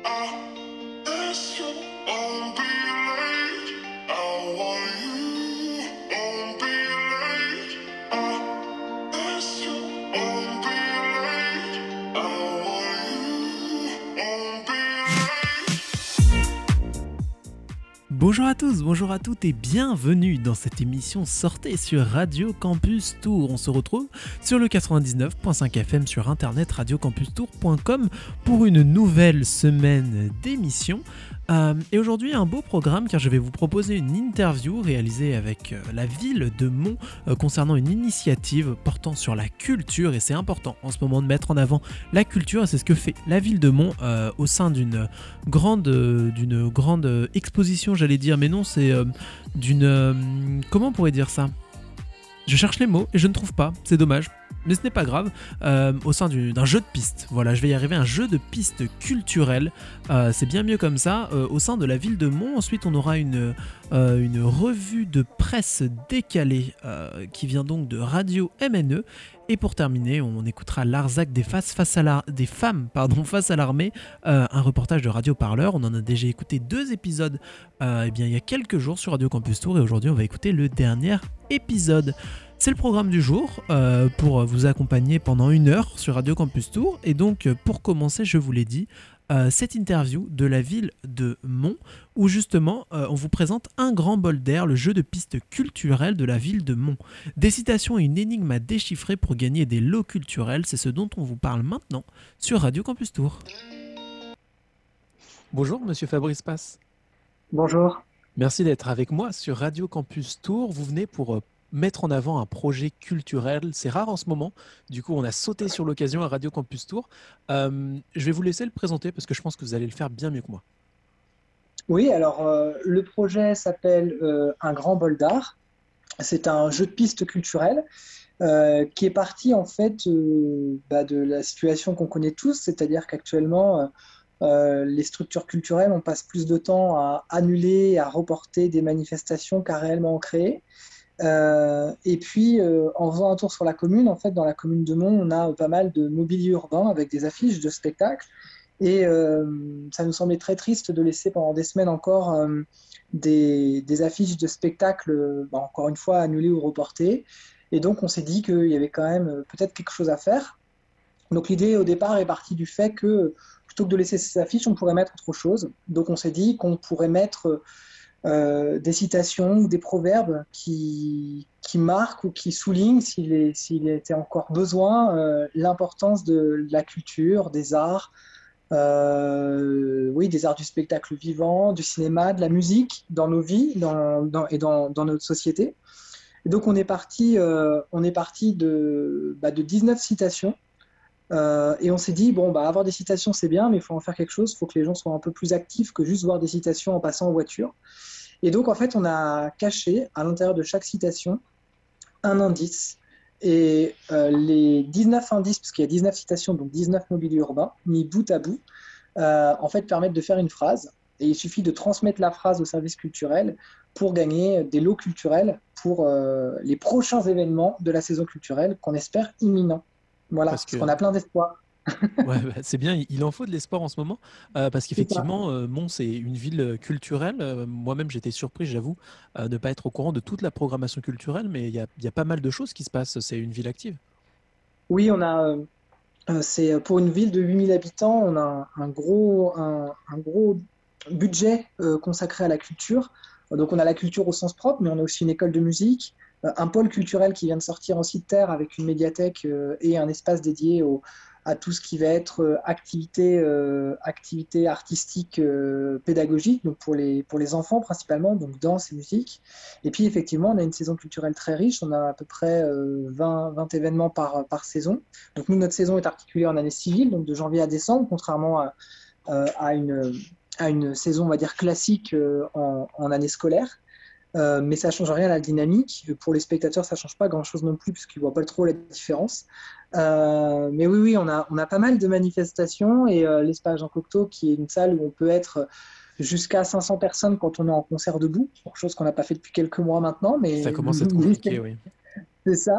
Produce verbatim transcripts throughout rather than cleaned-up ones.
Bonjour à tous, bonjour à toutes et bienvenue dans cette émission Sortez sur Radio Campus Tour. On se retrouve sur le quatre-vingt-dix-neuf virgule cinq F M sur internet radio campus tour point com pour une nouvelle semaine d'émission. Euh, et aujourd'hui un beau programme car je vais vous proposer une interview réalisée avec euh, la ville de Mons euh, concernant une initiative portant sur la culture, et c'est important en ce moment de mettre en avant la culture, et c'est ce que fait la ville de Mons euh, au sein d'une grande, euh, d'une grande euh, exposition, j'allais dire, mais non, c'est euh, d'une... Euh, comment on pourrait dire ça ? Je cherche les mots et je ne trouve pas, c'est dommage. Mais ce n'est pas grave, euh, au sein du, d'un jeu de piste, voilà, je vais y arriver, un jeu de piste culturel, euh, c'est bien mieux comme ça, euh, au sein de la ville de Mons. Ensuite on aura une, euh, une revue de presse décalée euh, qui vient donc de Radio M N E, et pour terminer on écoutera Larzac des, face, face à la, des femmes pardon, face à l'armée, euh, un reportage de Radio Parleur. On en a déjà écouté deux épisodes euh, eh bien, il y a quelques jours sur Radio Campus Tour, et aujourd'hui on va écouter le dernier épisode. C'est le programme du jour euh, pour vous accompagner pendant une heure sur Radio Campus Tour. Et donc pour commencer, je vous l'ai dit, euh, cette interview de la ville de Mons, où justement euh, on vous présente un grand bol d'air, le jeu de piste culturel de la ville de Mons. Des citations et une énigme à déchiffrer pour gagner des lots culturels, c'est ce dont on vous parle maintenant sur Radio Campus Tour. Bonjour monsieur Fabrice Passe. Bonjour. Merci d'être avec moi sur Radio Campus Tour. Vous venez pour... Euh, mettre en avant un projet culturel, c'est rare en ce moment, du coup on a sauté sur l'occasion à Radio Campus Tour. Euh, je vais vous laisser le présenter parce que je pense que vous allez le faire bien mieux que moi. Oui, alors euh, le projet s'appelle euh, Un grand bol d'art. C'est un jeu de piste culturel euh, qui est parti en fait euh, bah, de la situation qu'on connaît tous, c'est-à-dire qu'actuellement euh, les structures culturelles, on passe plus de temps à annuler, à reporter des manifestations qu'à réellement en créer. Euh, et puis, euh, en faisant un tour sur la commune, en fait, dans la commune de Mons, on a pas mal de mobilier urbain avec des affiches de spectacles. Et euh, ça nous semblait très triste de laisser pendant des semaines encore euh, des, des affiches de spectacles, bah, encore une fois, annulées ou reportées. Et donc, on s'est dit qu'il y avait quand même peut-être quelque chose à faire. Donc, l'idée, au départ, est partie du fait que plutôt que de laisser ces affiches, on pourrait mettre autre chose. Donc, on s'est dit qu'on pourrait mettre... Euh, des citations ou des proverbes qui, qui marquent ou qui soulignent, s'il, est, s'il était encore besoin, euh, l'importance de la culture, des arts, euh, oui, des arts du spectacle vivant, du cinéma, de la musique dans nos vies dans, dans, et dans, dans notre société. Et donc on est parti, euh, on est parti de, bah, de dix-neuf citations. Euh, et on s'est dit, bon, bah, avoir des citations, c'est bien, mais il faut en faire quelque chose, il faut que les gens soient un peu plus actifs que juste voir des citations en passant en voiture. Et donc, en fait, on a caché à l'intérieur de chaque citation un indice. Et euh, les dix-neuf indices, parce qu'il y a dix-neuf citations, donc dix-neuf mobiliers urbains, mis bout à bout, euh, en fait, permettent de faire une phrase. Et il suffit de transmettre la phrase au service culturel pour gagner des lots culturels pour euh, les prochains événements de la saison culturelle qu'on espère imminents. Voilà, parce, parce que... qu'on a plein d'espoir. Ouais, bah, c'est bien, il en faut de l'espoir en ce moment, euh, parce qu'effectivement, euh, Mons, c'est une ville culturelle. Euh, moi-même, j'étais surpris, j'avoue, euh, de ne pas être au courant de toute la programmation culturelle, mais il y a, y a pas mal de choses qui se passent. C'est une ville active. Oui, on a, euh, c'est pour une ville de huit mille habitants, on a un, un, gros, un, un gros budget euh, consacré à la culture. Donc, on a la culture au sens propre, mais on a aussi une école de musique, euh, un pôle culturel qui vient de sortir en site terre avec une médiathèque euh, et un espace dédié au à tout ce qui va être euh, activité, euh, activité artistique euh, pédagogique, donc pour les, pour les enfants principalement, donc danse et musique. Et puis effectivement, on a une saison culturelle très riche, on a à peu près euh, vingt, vingt événements par, par saison. Donc nous, notre saison est articulée en année civile, donc de janvier à décembre, contrairement à, euh, à, une, à une saison, on va dire, classique euh, en, en année scolaire. Euh, mais ça ne change rien à la dynamique. Pour les spectateurs, ça ne change pas grand-chose non plus, puisqu'ils ne voient pas trop la différence. Euh, mais oui, oui, on a, on a pas mal de manifestations, et euh, l'Espace Jean Cocteau, qui est une salle où on peut être jusqu'à cinq cents personnes quand on est en concert debout, chose qu'on n'a pas fait depuis quelques mois maintenant. Mais ça commence à être compliqué, oui. C'est ça.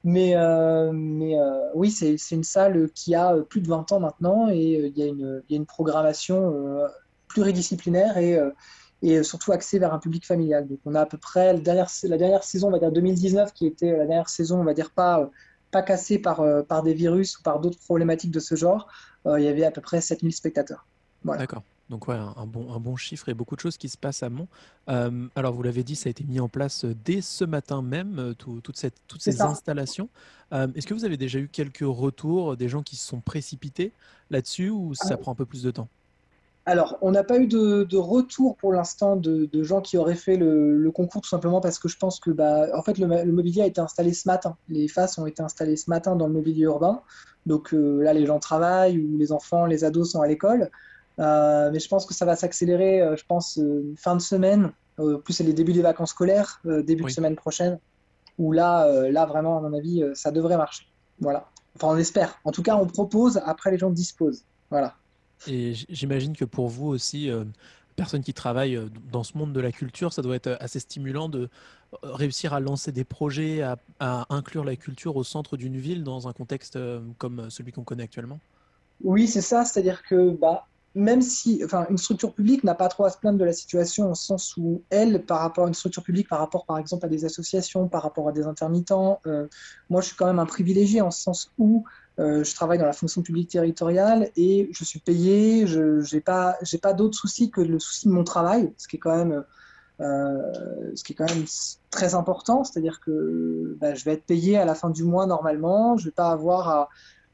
Mais, euh, mais euh, oui, c'est, c'est une salle qui a euh, plus de vingt ans maintenant et euh, il y a une, il y a une programmation euh, pluridisciplinaire et, euh, et surtout axée vers un public familial. Donc on a à peu près la dernière, la dernière saison, on va dire deux mille dix-neuf, qui était la dernière saison, on va dire pas, euh, pas cassée par, euh, par des virus ou par d'autres problématiques de ce genre. Euh, il y avait à peu près sept mille spectateurs. Voilà. D'accord. Donc ouais, un, un bon, un bon chiffre et beaucoup de choses qui se passent à Mont. Euh, alors vous l'avez dit, ça a été mis en place euh, dès ce matin même, euh, tout- toute cette- toutes C'est ces ça. installations. Euh, est-ce que vous avez déjà eu quelques retours, des gens qui se sont précipités là-dessus ou ça prend un peu plus de temps? Alors, on n'a pas eu de, de retour pour l'instant de, de gens qui auraient fait le, le concours, tout simplement parce que je pense que bah, en fait, le, ma- le mobilier a été installé ce matin. Les faces ont été installées ce matin dans le mobilier urbain. Donc euh, là, les gens travaillent ou les enfants, les ados sont à l'école. Euh, mais je pense que ça va s'accélérer, euh, je pense, euh, fin de semaine. Euh, plus c'est les débuts des vacances scolaires, euh, début de Oui. semaine prochaine, où là, euh, là vraiment, à mon avis, euh, ça devrait marcher. Voilà. Enfin, on espère. En tout cas, on propose, après les gens disposent. Voilà. Et j- j'imagine que pour vous aussi, euh, personne qui travaille euh, dans ce monde de la culture, ça doit être assez stimulant de euh, réussir à lancer des projets, à, à inclure la culture au centre d'une ville dans un contexte euh, comme celui qu'on connaît actuellement. Oui, c'est ça, c'est-à-dire que bah, même si enfin, une structure publique n'a pas trop à se plaindre de la situation au sens où elle, par rapport à une structure publique, par rapport par exemple à des associations, par rapport à des intermittents, euh, moi je suis quand même un privilégié en ce sens où euh, je travaille dans la fonction publique territoriale et je suis payé, je n'ai pas, j'ai pas d'autres soucis que le souci de mon travail, ce qui est quand même, euh, ce qui est quand même très important, c'est-à-dire que bah, je vais être payé à la fin du mois normalement, je ne vais pas avoir à,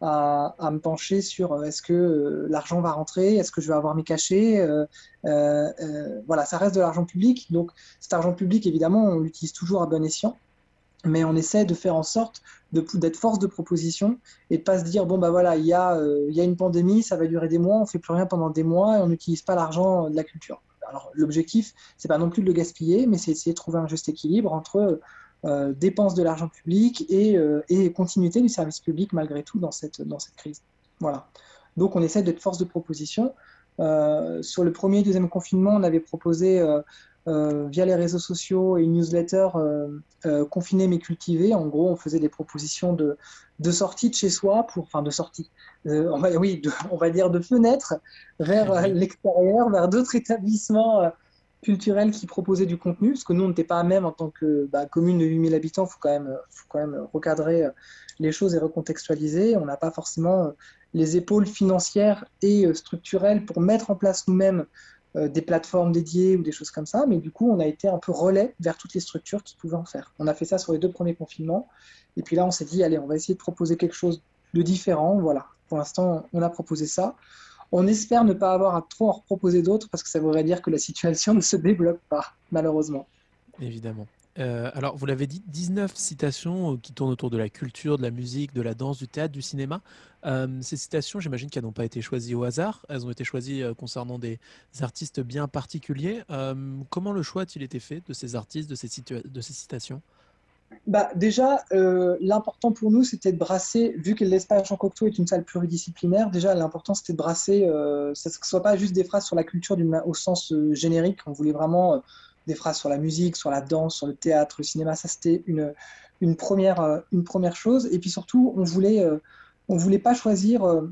à, à me pencher sur euh, est-ce que euh, l'argent va rentrer, est-ce que je vais avoir mes cachets, euh, euh, euh, voilà, ça reste de l'argent public, donc cet argent public, évidemment, on l'utilise toujours à bon escient, mais on essaie de faire en sorte de, d'être force de proposition et de pas se dire bon bah voilà il y a euh, il y a une pandémie, ça va durer des mois, on fait plus rien pendant des mois et on n'utilise pas l'argent de la culture. Alors l'objectif c'est pas non plus de le gaspiller, mais c'est essayer de trouver un juste équilibre entre euh, dépenses de l'argent public et, euh, et continuité du service public malgré tout dans cette dans cette crise. Voilà. Donc on essaie d'être force de proposition. Euh, sur le premier et deuxième confinement, on avait proposé euh, euh, via les réseaux sociaux et une newsletter euh, euh, confiner mais cultiver. En gros, on faisait des propositions de, de sortie de chez soi, pour, enfin de sortie, euh, on va, oui, de, on va dire de fenêtre vers euh, Oui. l'extérieur, vers d'autres établissements euh, culturels qui proposaient du contenu, parce que nous, on n'était pas à même en tant que bah, commune de huit mille habitants, il faut quand même, faut quand même recadrer euh, les choses et recontextualiser. On n'a pas forcément euh, les épaules financières et euh, structurelles pour mettre en place nous-mêmes euh, des plateformes dédiées ou des choses comme ça, mais du coup, on a été un peu relais vers toutes les structures qui pouvaient en faire. On a fait ça sur les deux premiers confinements, et puis là, on s'est dit, allez, on va essayer de proposer quelque chose de différent. Voilà, pour l'instant, on a proposé ça. On espère ne pas avoir à trop en reproposer d'autres, parce que ça voudrait dire que la situation ne se débloque pas, malheureusement. Évidemment. Euh, alors, vous l'avez dit, dix-neuf citations euh, qui tournent autour de la culture, de la musique, de la danse, du théâtre, du cinéma. Euh, ces citations, j'imagine qu'elles n'ont pas été choisies au hasard. Elles ont été choisies euh, concernant des artistes bien particuliers. Euh, comment le choix a-t-il été fait de ces artistes, de ces, situa- de ces citations? Bah, déjà, euh, l'important pour nous, c'était de brasser, vu que l'espace Jean Cocteau est une salle pluridisciplinaire, déjà, l'important, c'était de brasser, euh, ça, que ce ne soit pas juste des phrases sur la culture d'une, au sens euh, générique. On voulait vraiment euh, des phrases sur la musique, sur la danse, sur le théâtre, le cinéma. Ça, c'était une, une première, euh, une première chose. Et puis surtout, on voulait, euh, on voulait pas choisir, euh,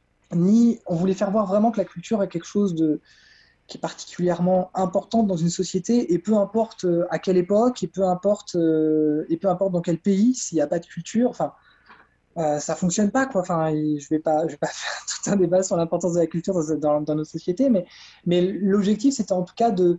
ni, on voulait faire voir vraiment que la culture est quelque chose de qui est particulièrement importante dans une société, et peu importe euh, à quelle époque, et peu importe, euh, et peu importe dans quel pays, s'il n'y a pas de culture, enfin, euh, ça fonctionne pas, quoi. Enfin, je vais pas, je vais pas faire tout un débat sur l'importance de la culture dans, dans, dans nos sociétés, mais, mais l'objectif, c'était en tout cas de,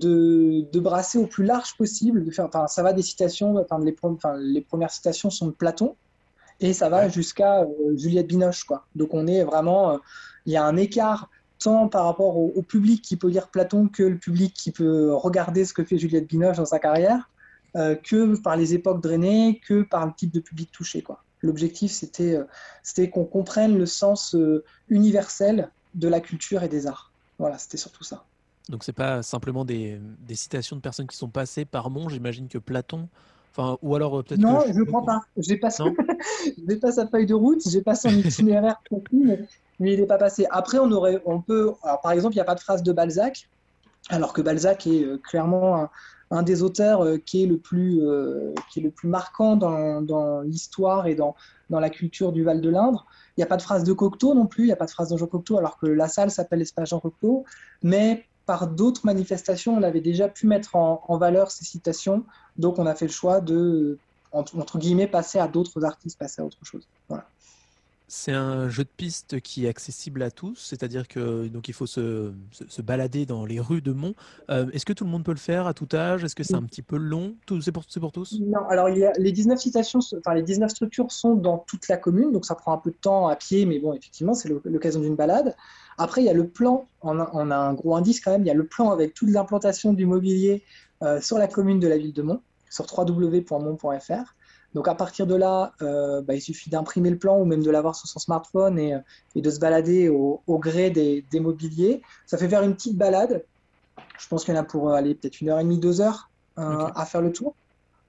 de, de brasser au plus large possible, de faire, enfin, ça va des citations, enfin, les, enfin, les premières citations sont de Platon, et ça va Ouais. jusqu'à euh, Juliette Binoche, quoi. Donc on est vraiment, euh, il y a un écart tant par rapport au, au public qui peut lire Platon que le public qui peut regarder ce que fait Juliette Binoche dans sa carrière, euh, que par les époques drainées, que par le type de public touché, quoi. L'objectif, c'était euh, c'était qu'on comprenne le sens euh, universel de la culture et des arts. Voilà, c'était surtout ça. Donc, c'est pas simplement des, des citations de personnes qui sont passées par Mont. J'imagine que Platon, enfin, ou alors euh, peut-être que Non, je je ne me crois con- pas. J'ai pas, Non? j'ai pas sa feuille de route, j'ai pas son itinéraire précis, mais, mais il n'est pas passé. Après, on aurait, on peut, alors, par exemple, il n'y a pas de phrase de Balzac, alors que Balzac est euh, clairement un, un des auteurs euh, qui, est le plus, euh, qui est le plus marquant dans, dans l'histoire et dans, dans la culture du Val de l'Indre. Il n'y a pas de phrase de Cocteau non plus, il n'y a pas de phrase de Jean Cocteau, alors que la salle s'appelle Espace Jean Cocteau. Mais par d'autres manifestations, on avait déjà pu mettre en, en valeur ces citations. Donc, on a fait le choix de, entre, entre guillemets, passer à d'autres artistes, passer à autre chose. Voilà. C'est un jeu de piste qui est accessible à tous, c'est-à-dire que donc il faut se, se, se balader dans les rues de Mont. Euh, est-ce que tout le monde peut le faire à tout âge? Est-ce que c'est un petit peu long? Tout, c'est pour, c'est pour tous? Non, alors il y a, les dix-neuf citations, enfin les dix-neuf structures sont dans toute la commune, donc ça prend un peu de temps à pied, mais bon, effectivement, c'est l'occasion d'une balade. Après, il y a le plan, on a, on a un gros indice quand même, il y a le plan avec toute l'implantation du mobilier euh, sur la commune de la ville de Mont, sur w w w point mont point f r. Donc à partir de là, euh, bah, il suffit d'imprimer le plan ou même de l'avoir sur son smartphone et, et de se balader au, au gré des, des mobiliers. Ça fait faire une petite balade. Je pense qu'il y en a pour aller peut-être une heure et demie, deux heures euh, okay. à faire le tour.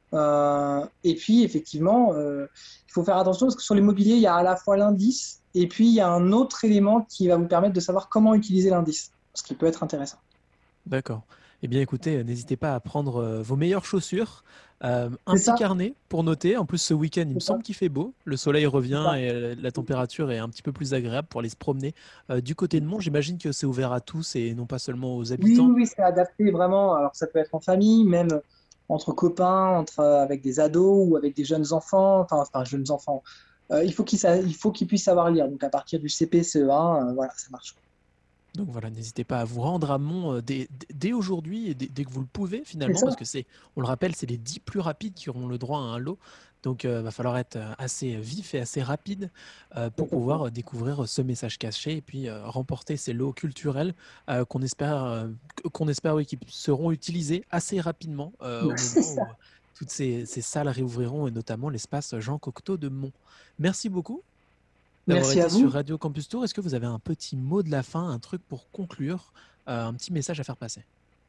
Euh, et puis effectivement, euh, il faut faire attention parce que sur les mobiliers, il y a à la fois l'indice et puis il y a un autre élément qui va vous permettre de savoir comment utiliser l'indice, ce qui peut être intéressant. D'accord. Eh bien écoutez, n'hésitez pas à prendre euh, vos meilleures chaussures, euh, un petit ça. carnet pour noter. En plus ce week-end, il me semble qu'il fait beau, le soleil revient et la température est un petit peu plus agréable pour aller se promener euh, du côté de Mont. J'imagine que c'est ouvert à tous et non pas seulement aux habitants. Oui, oui, c'est adapté vraiment. Alors ça peut être en famille, même entre copains, entre, avec des ados ou avec des jeunes enfants, enfin, enfin jeunes enfants. Euh, il faut qu'ils il faut qu'ils puissent savoir lire. Donc à partir du C P, C E un, euh, voilà, ça marche. Donc voilà, n'hésitez pas à vous rendre à Mont euh, dès, dès aujourd'hui et dès, dès que vous le pouvez finalement, parce que c'est, on le rappelle, c'est les dix plus rapides qui auront le droit à un lot. Donc il euh, va falloir être assez vif et assez rapide euh, pour pouvoir euh, découvrir ce message caché et puis euh, remporter ces lots culturels euh, qu'on espère, euh, qu'on espère oui, qui seront utilisés assez rapidement euh, au moment où toutes ces, ces salles réouvriront et notamment l'espace Jean Cocteau de Mont. Merci beaucoup d'avoir Merci été à vous. sur Radio Campus Tour. Est-ce que vous avez un petit mot de la fin, un truc pour conclure, euh, un petit message à faire passer?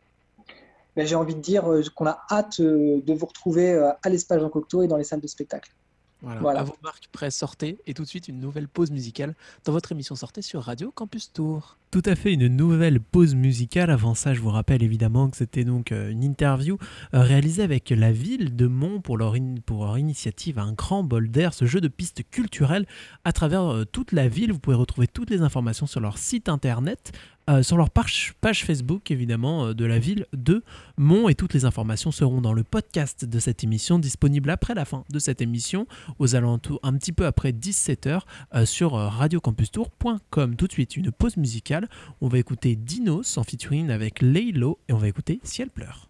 Ben, j'ai envie de dire euh, qu'on a hâte euh, de vous retrouver euh, à l'espace Jean Cocteau et dans les salles de spectacle. Voilà. Voilà. À vos marques, prêts, sortez. Et tout de suite, une nouvelle pause musicale dans votre émission Sortez sur Radio Campus Tour. Tout à fait, une nouvelle pause musicale. Avant ça, je vous rappelle évidemment que c'était donc une interview réalisée avec la ville de Mont pour leur, in- pour leur initiative Un grand bol d'air, ce jeu de pistes culturelles à travers toute la ville. Vous pouvez retrouver toutes les informations sur leur site internet, euh, sur leur page, page Facebook évidemment de la ville de Mont, et toutes les informations seront dans le podcast de cette émission disponible après la fin de cette émission aux alentours, un petit peu après dix-sept heures euh, sur radio campus tour point com. Tout de suite, une pause musicale. On va écouter Dinos en featuring avec Laylo et on va écouter Si elle pleure.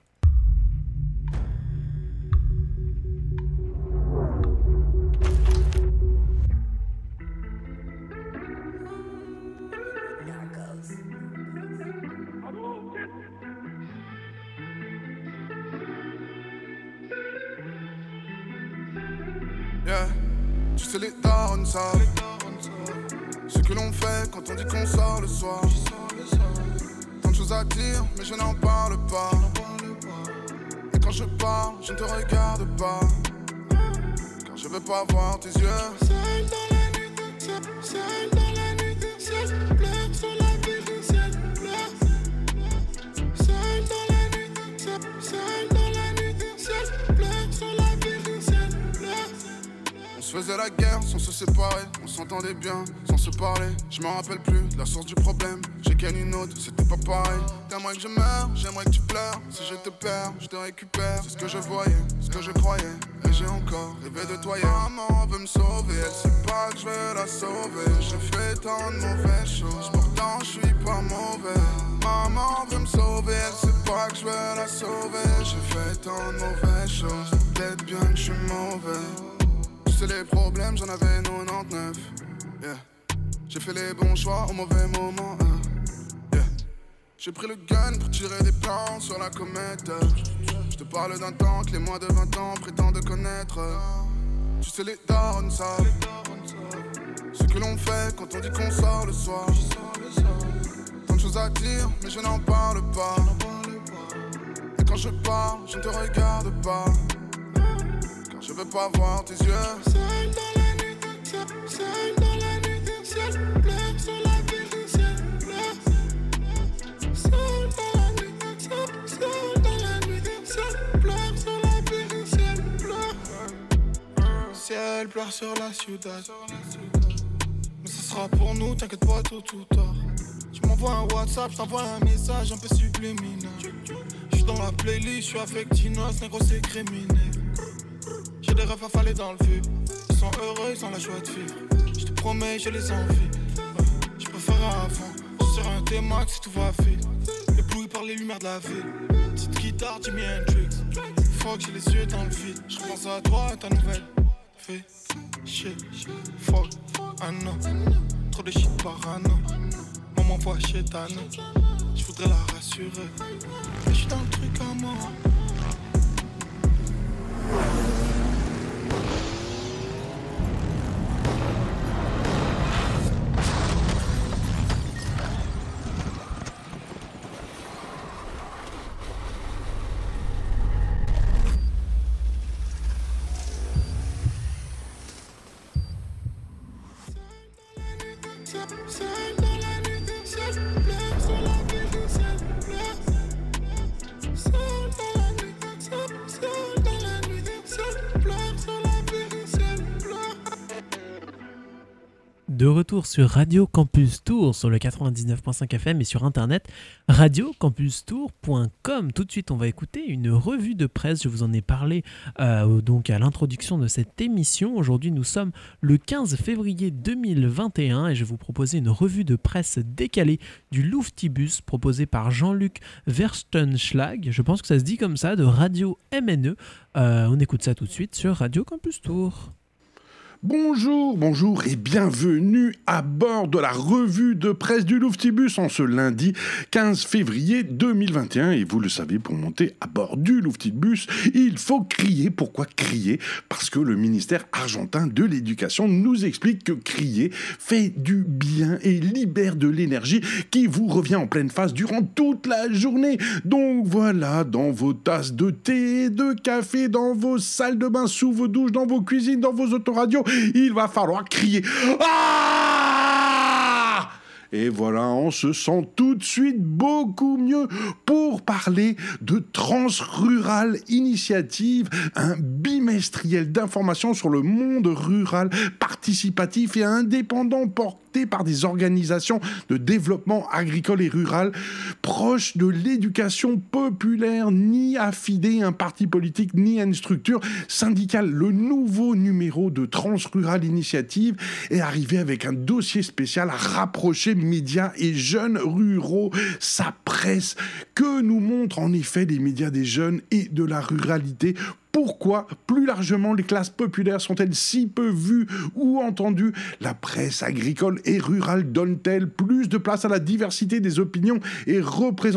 Yeah. Tu sais les darons savent ce que l'on fait quand on dit qu'on sort le soir. Tant de choses à dire mais je n'en parle pas. Et quand je parle je ne te regarde pas, car je veux pas voir tes yeux. Seul dans la nuit, seul, seul dans la nuit, ciel pleure sur la ville du ciel pleure. Seul dans la nuit, seul, seul dans la nuit, ciel pleure sur la ville du ciel pleure. On se faisait la guerre sans se séparer, on s'entendait bien sans se parler. Je me rappelle plus de la source du problème, j'ai qu'à une autre, c'était pas pareil. T'aimerais que je meure, j'aimerais que tu pleures. Si je te perds, je te récupère. C'est ce que je voyais, ce que je croyais, et j'ai encore rêvé de toi hier. Maman veut me sauver, elle sait pas que je veux la sauver. Je fais tant de mauvaises choses, pourtant je suis pas mauvais. Maman veut me sauver, elle sait pas que je veux la sauver. Je fais tant de mauvaises choses, peut-être bien que je suis mauvais. Tu sais les problèmes, j'en avais quatre-vingt-dix-neuf. Yeah. J'ai fait les bons choix au mauvais moment. Hein. Yeah. J'ai pris le gun pour tirer des plans sur la comète. Je te parle d'un temps que les moins de vingt ans prétendent connaître. Tu sais les darons savent ce que l'on fait quand on dit qu'on sort le soir. Tant de choses à dire mais je n'en parle pas. Et quand je parle je ne te regarde pas, car je veux pas voir tes yeux. Seul dans la nuit, seul, seul dans la nuit, ciel pleure sur la ville du ciel pleure. Seul dans la nuit, seul, seul dans la nuit, ciel pleure sur la ciudad. Mais ce sera pour nous, t'inquiète pas, tout tout tard. Tu m'envoies un WhatsApp, je t'envoie un message un peu subliminal. Je suis dans la playlist, je suis avec Tinos, négro c'est criminel. J'ai des rêves à faller dans le vide. Ils sont heureux, ils ont la joie de vivre. Je te promets, j'ai les envies. Je préfère avant, je suis sur un T-Max si tout va vite. Ébloui par les lumières de la ville. Petite guitare, Jimi Hendrix. Fuck, j'ai les yeux dans le vide. Je repense à toi, à ta nouvelle. Fais shit, fuck, ah non. Trop de shit parano. Maman voit chez Tano. Je voudrais la rassurer. Mais je suis dans le truc à moi. De retour sur Radio Campus Tour sur le quatre-vingt-dix-neuf virgule cinq F M et sur internet radio campus tour point com. Tout de suite, on va écouter une revue de presse. Je vous en ai parlé euh, donc à l'introduction de cette émission. Aujourd'hui, nous sommes le quinze février deux mille vingt et un et je vais vous proposer une revue de presse décalée du Louftibus proposée par Jean-Luc Verstenschlag. Je pense que ça se dit comme ça, de Radio M N E. Euh, on écoute ça tout de suite sur Radio Campus Tour. Bonjour, bonjour et bienvenue à bord de la revue de presse du Louftibus en ce lundi quinze février deux mille vingt et un. Et vous le savez, pour monter à bord du Louftibus, il faut crier. Pourquoi crier ? Parce que le ministère argentin de l'Éducation nous explique que crier fait du bien et libère de l'énergie qui vous revient en pleine face durant toute la journée. Donc voilà, dans vos tasses de thé et de café, dans vos salles de bain, sous vos douches, dans vos cuisines, dans vos autoradios, il va falloir crier « Ah !» Et voilà, on se sent tout de suite beaucoup mieux pour parler de Transrural Initiative, un bimestriel d'information sur le monde rural participatif et indépendant porté par des organisations de développement agricole et rural proches de l'éducation populaire, ni affidés à un parti politique, ni à une structure syndicale. Le nouveau numéro de Transrural Initiative est arrivé avec un dossier spécial à rapprocher médias et jeunes ruraux. Sa presse que nous montrent en effet les médias des jeunes et de la ruralité. Pourquoi, plus largement, les classes populaires sont-elles si peu vues ou entendues ? La presse agricole et rurale donne-t-elle plus de place à la diversité des opinions et représentations ?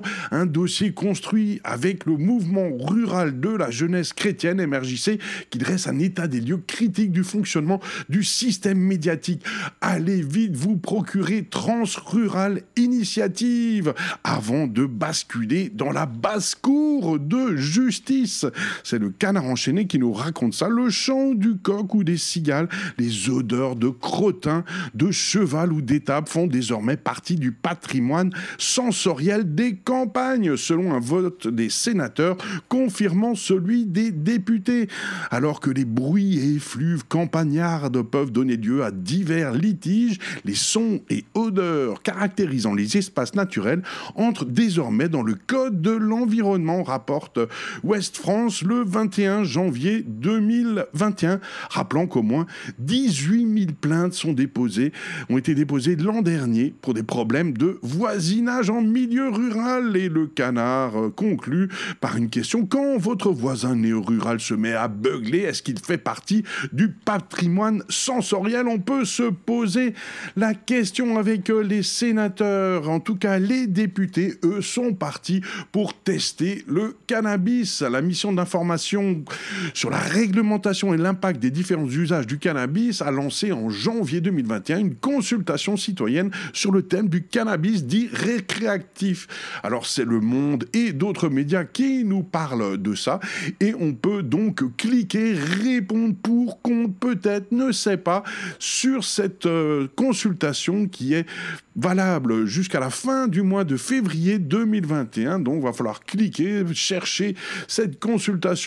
Un dossier construit avec le mouvement rural de la jeunesse chrétienne M R J C qui dresse un état des lieux critique du fonctionnement du système médiatique. Allez vite vous procurer Transrural Initiative avant de basculer dans la basse-cour de justice. C'est le Canard enchaîné qui nous raconte ça, le chant du coq ou des cigales, les odeurs de crottin, de cheval ou d'étape font désormais partie du patrimoine sensoriel des campagnes, selon un vote des sénateurs confirmant celui des députés. Alors que les bruits et effluves campagnardes peuvent donner lieu à divers litiges, les sons et odeurs caractérisant les espaces naturels entrent désormais dans le code de l'environnement, rapporte Ouest France le vingt et un janvier deux mille vingt et un, rappelant qu'au moins dix-huit mille plaintes sont déposées, ont été déposées l'an dernier pour des problèmes de voisinage en milieu rural. Et le Canard conclut par une question: quand votre voisin néo-rural se met à beugler, est-ce qu'il fait partie du patrimoine sensoriel ? On peut se poser la question avec les sénateurs. En tout cas, les députés, eux, sont partis pour tester le cannabis. La mission d'information sur la réglementation et l'impact des différents usages du cannabis a lancé en janvier deux mille vingt et un une consultation citoyenne sur le thème du cannabis dit récréatif. Alors c'est Le Monde et d'autres médias qui nous parlent de ça et on peut donc cliquer, répondre pour, contre, peut-être, ne sait pas, sur cette euh, consultation qui est valable jusqu'à la fin du mois de février deux mille vingt et un. Donc il va falloir cliquer, chercher cette consultation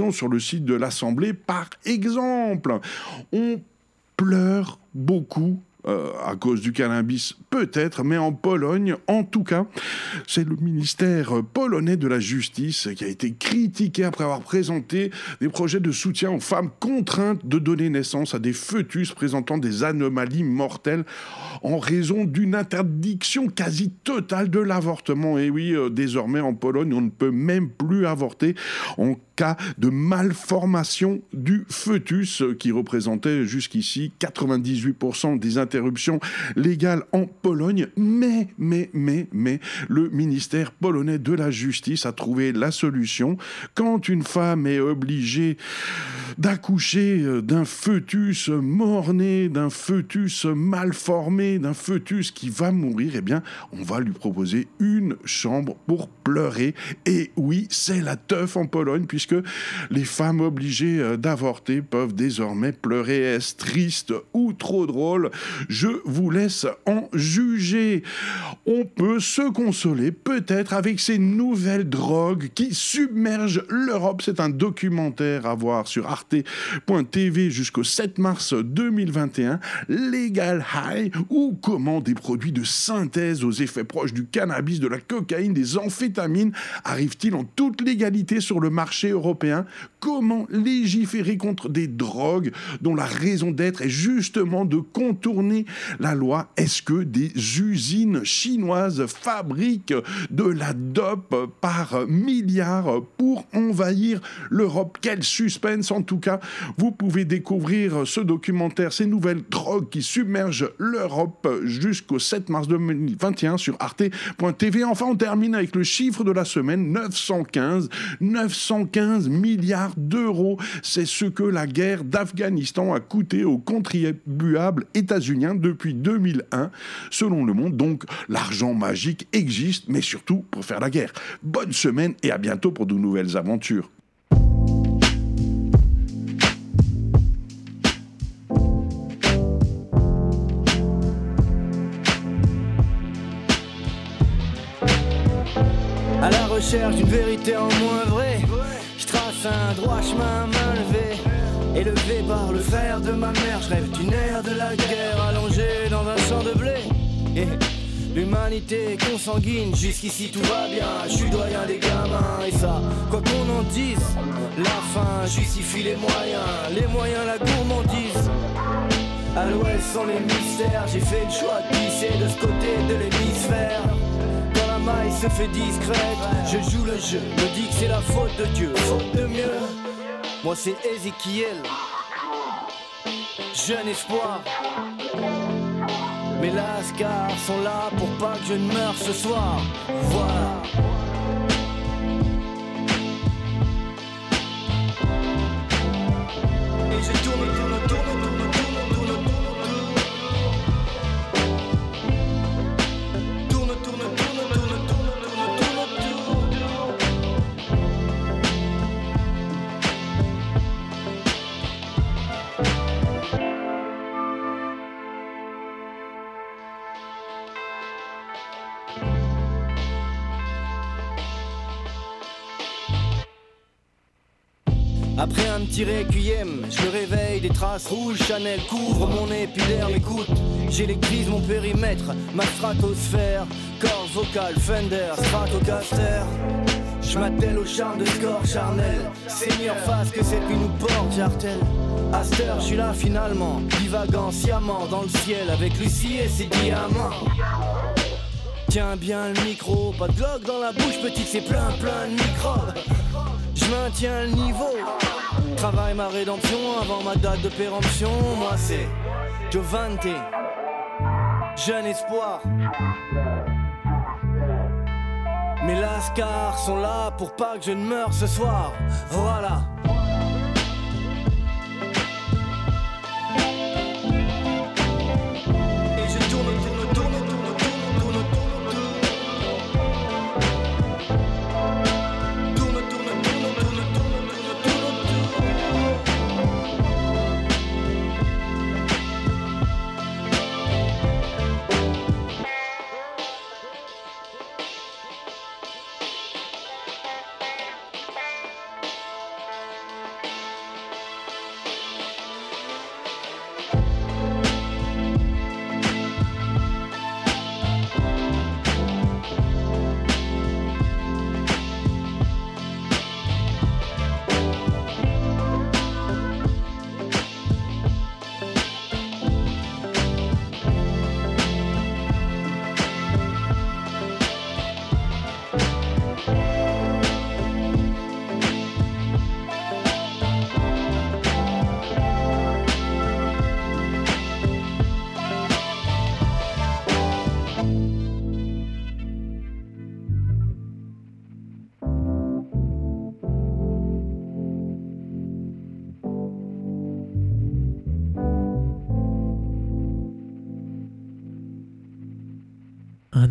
manifestation sur le site de l'Assemblée, par exemple. On pleure beaucoup Euh, à cause du cannabis, peut-être, mais en Pologne, en tout cas, c'est le ministère polonais de la Justice qui a été critiqué après avoir présenté des projets de soutien aux femmes contraintes de donner naissance à des fœtus présentant des anomalies mortelles en raison d'une interdiction quasi totale de l'avortement. Et oui, euh, désormais en Pologne, on ne peut même plus avorter en cas de malformation du fœtus, qui représentait jusqu'ici quatre-vingt-dix-huit pour cent des interruptions légales en Pologne. Mais, mais, mais, mais, le ministère polonais de la Justice a trouvé la solution. Quand une femme est obligée d'accoucher d'un fœtus mort-né, d'un fœtus mal formé, d'un fœtus qui va mourir, eh bien, on va lui proposer une chambre pour pleurer. Et oui, c'est la teuf en Pologne, puisque les femmes obligées d'avorter peuvent désormais pleurer. Est-ce triste ou trop drôle? Je vous laisse en juger. On peut se consoler peut-être avec ces nouvelles drogues qui submergent l'Europe. C'est un documentaire à voir sur arte point t v jusqu'au sept mars deux mille vingt et un. Legal High, ou comment des produits de synthèse aux effets proches du cannabis, de la cocaïne, des amphétamines arrivent-ils en toute légalité sur le marché européen? Comment légiférer contre des drogues dont la raison d'être est justement de contourner la loi? Est-ce que des usines chinoises fabriquent de la dope par milliards pour envahir l'Europe? Quel suspense! En tout cas, vous pouvez découvrir ce documentaire, ces nouvelles drogues qui submergent l'Europe, jusqu'au sept mars deux mille vingt et un sur arte point t v. Enfin, on termine avec le chiffre de la semaine, neuf cent quinze milliards d'euros. C'est ce que la guerre d'Afghanistan a coûté aux contribuables états-uniens depuis deux mille un. Selon Le Monde, donc, l'argent magique existe, mais surtout pour faire la guerre. Bonne semaine et à bientôt pour de nouvelles aventures. À la recherche d'une vérité en moins vraie, je trace un droit chemin main levée, élevé par le fer de ma mère. Je rêve d'une ère de la guerre allongée dans un champ de blé. Et l'humanité est consanguine, jusqu'ici tout va bien. Je suis doyen des gamins et ça, quoi qu'on en dise, la fin justifie les moyens, les moyens la gourmandise. À l'ouest sont les mystères, j'ai fait le choix de pisser de ce côté de l'hémisphère. La maille se fait discrète, je joue le jeu, me dis que c'est la faute de Dieu, faute de mieux. Moi c'est Ézéchiel, jeune espoir. Mes lascars sont là pour pas que je ne meure ce soir. Voilà. Et je tourne, tourne, tourne, tourne, tourne, tourne, tourne. Après un petit requiem, je me réveille, des traces rouges, Chanel couvre mon épiderme, écoute, j'électrise mon périmètre, ma stratosphère, corps vocal, Fender, Stratocaster. Je m'attelle au charme de score charnel, Seigneur face que c'est qui nous porte, j'artèle. À cette heure, je suis là finalement, divagant sciemment dans le ciel avec Lucie et ses diamants. Tiens bien le micro, pas de glock dans la bouche, petite, c'est plein plein de microbes. Je maintiens le niveau, travaille ma rédemption avant ma date de péremption. Moi c'est Giovante, jeune espoir. Mes lascars sont là pour pas que je ne meure ce soir. Voilà. Et je tourne, tourne, tourne, tourne, tourne, tourne, tourne.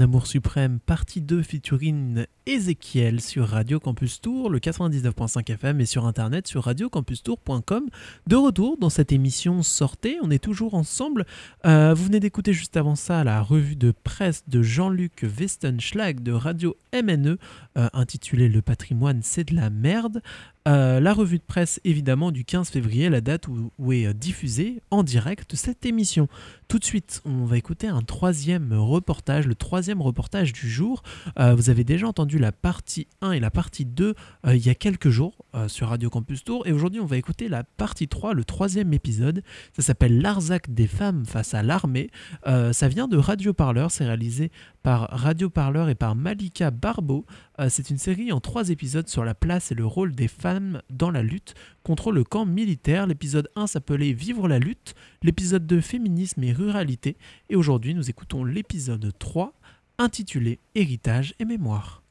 amour suprême, partie deux featuring Ezekiel sur Radio Campus Tour, le quatre-vingt-dix-neuf virgule cinq F M et sur internet sur radio campus tour point com. De retour dans cette émission Sortez, on est toujours ensemble. Euh, vous venez d'écouter juste avant ça la revue de presse de Jean-Luc Westenschlag de Radio M N E, euh, intitulée Le patrimoine c'est de la merde. Euh, la revue de presse évidemment du quinze février, la date où, où est diffusée en direct cette émission. Tout de suite, on va écouter un troisième reportage, le troisième reportage du jour. Euh, vous avez déjà entendu la partie un et la partie deux euh, il y a quelques jours euh, sur Radio Campus Tour, et aujourd'hui on va écouter la partie trois, le troisième épisode. Ça s'appelle Larzac des femmes face à l'armée. Euh, ça vient de Radio Parleur, c'est réalisé par Radio Parleur et par Malika Barbeau. Euh, c'est une série en trois épisodes sur la place et le rôle des femmes dans la lutte contre le camp militaire. L'épisode un s'appelait Vivre la lutte, l'épisode deux Féminisme et ruralité, et aujourd'hui nous écoutons l'épisode trois intitulé Héritage et mémoire.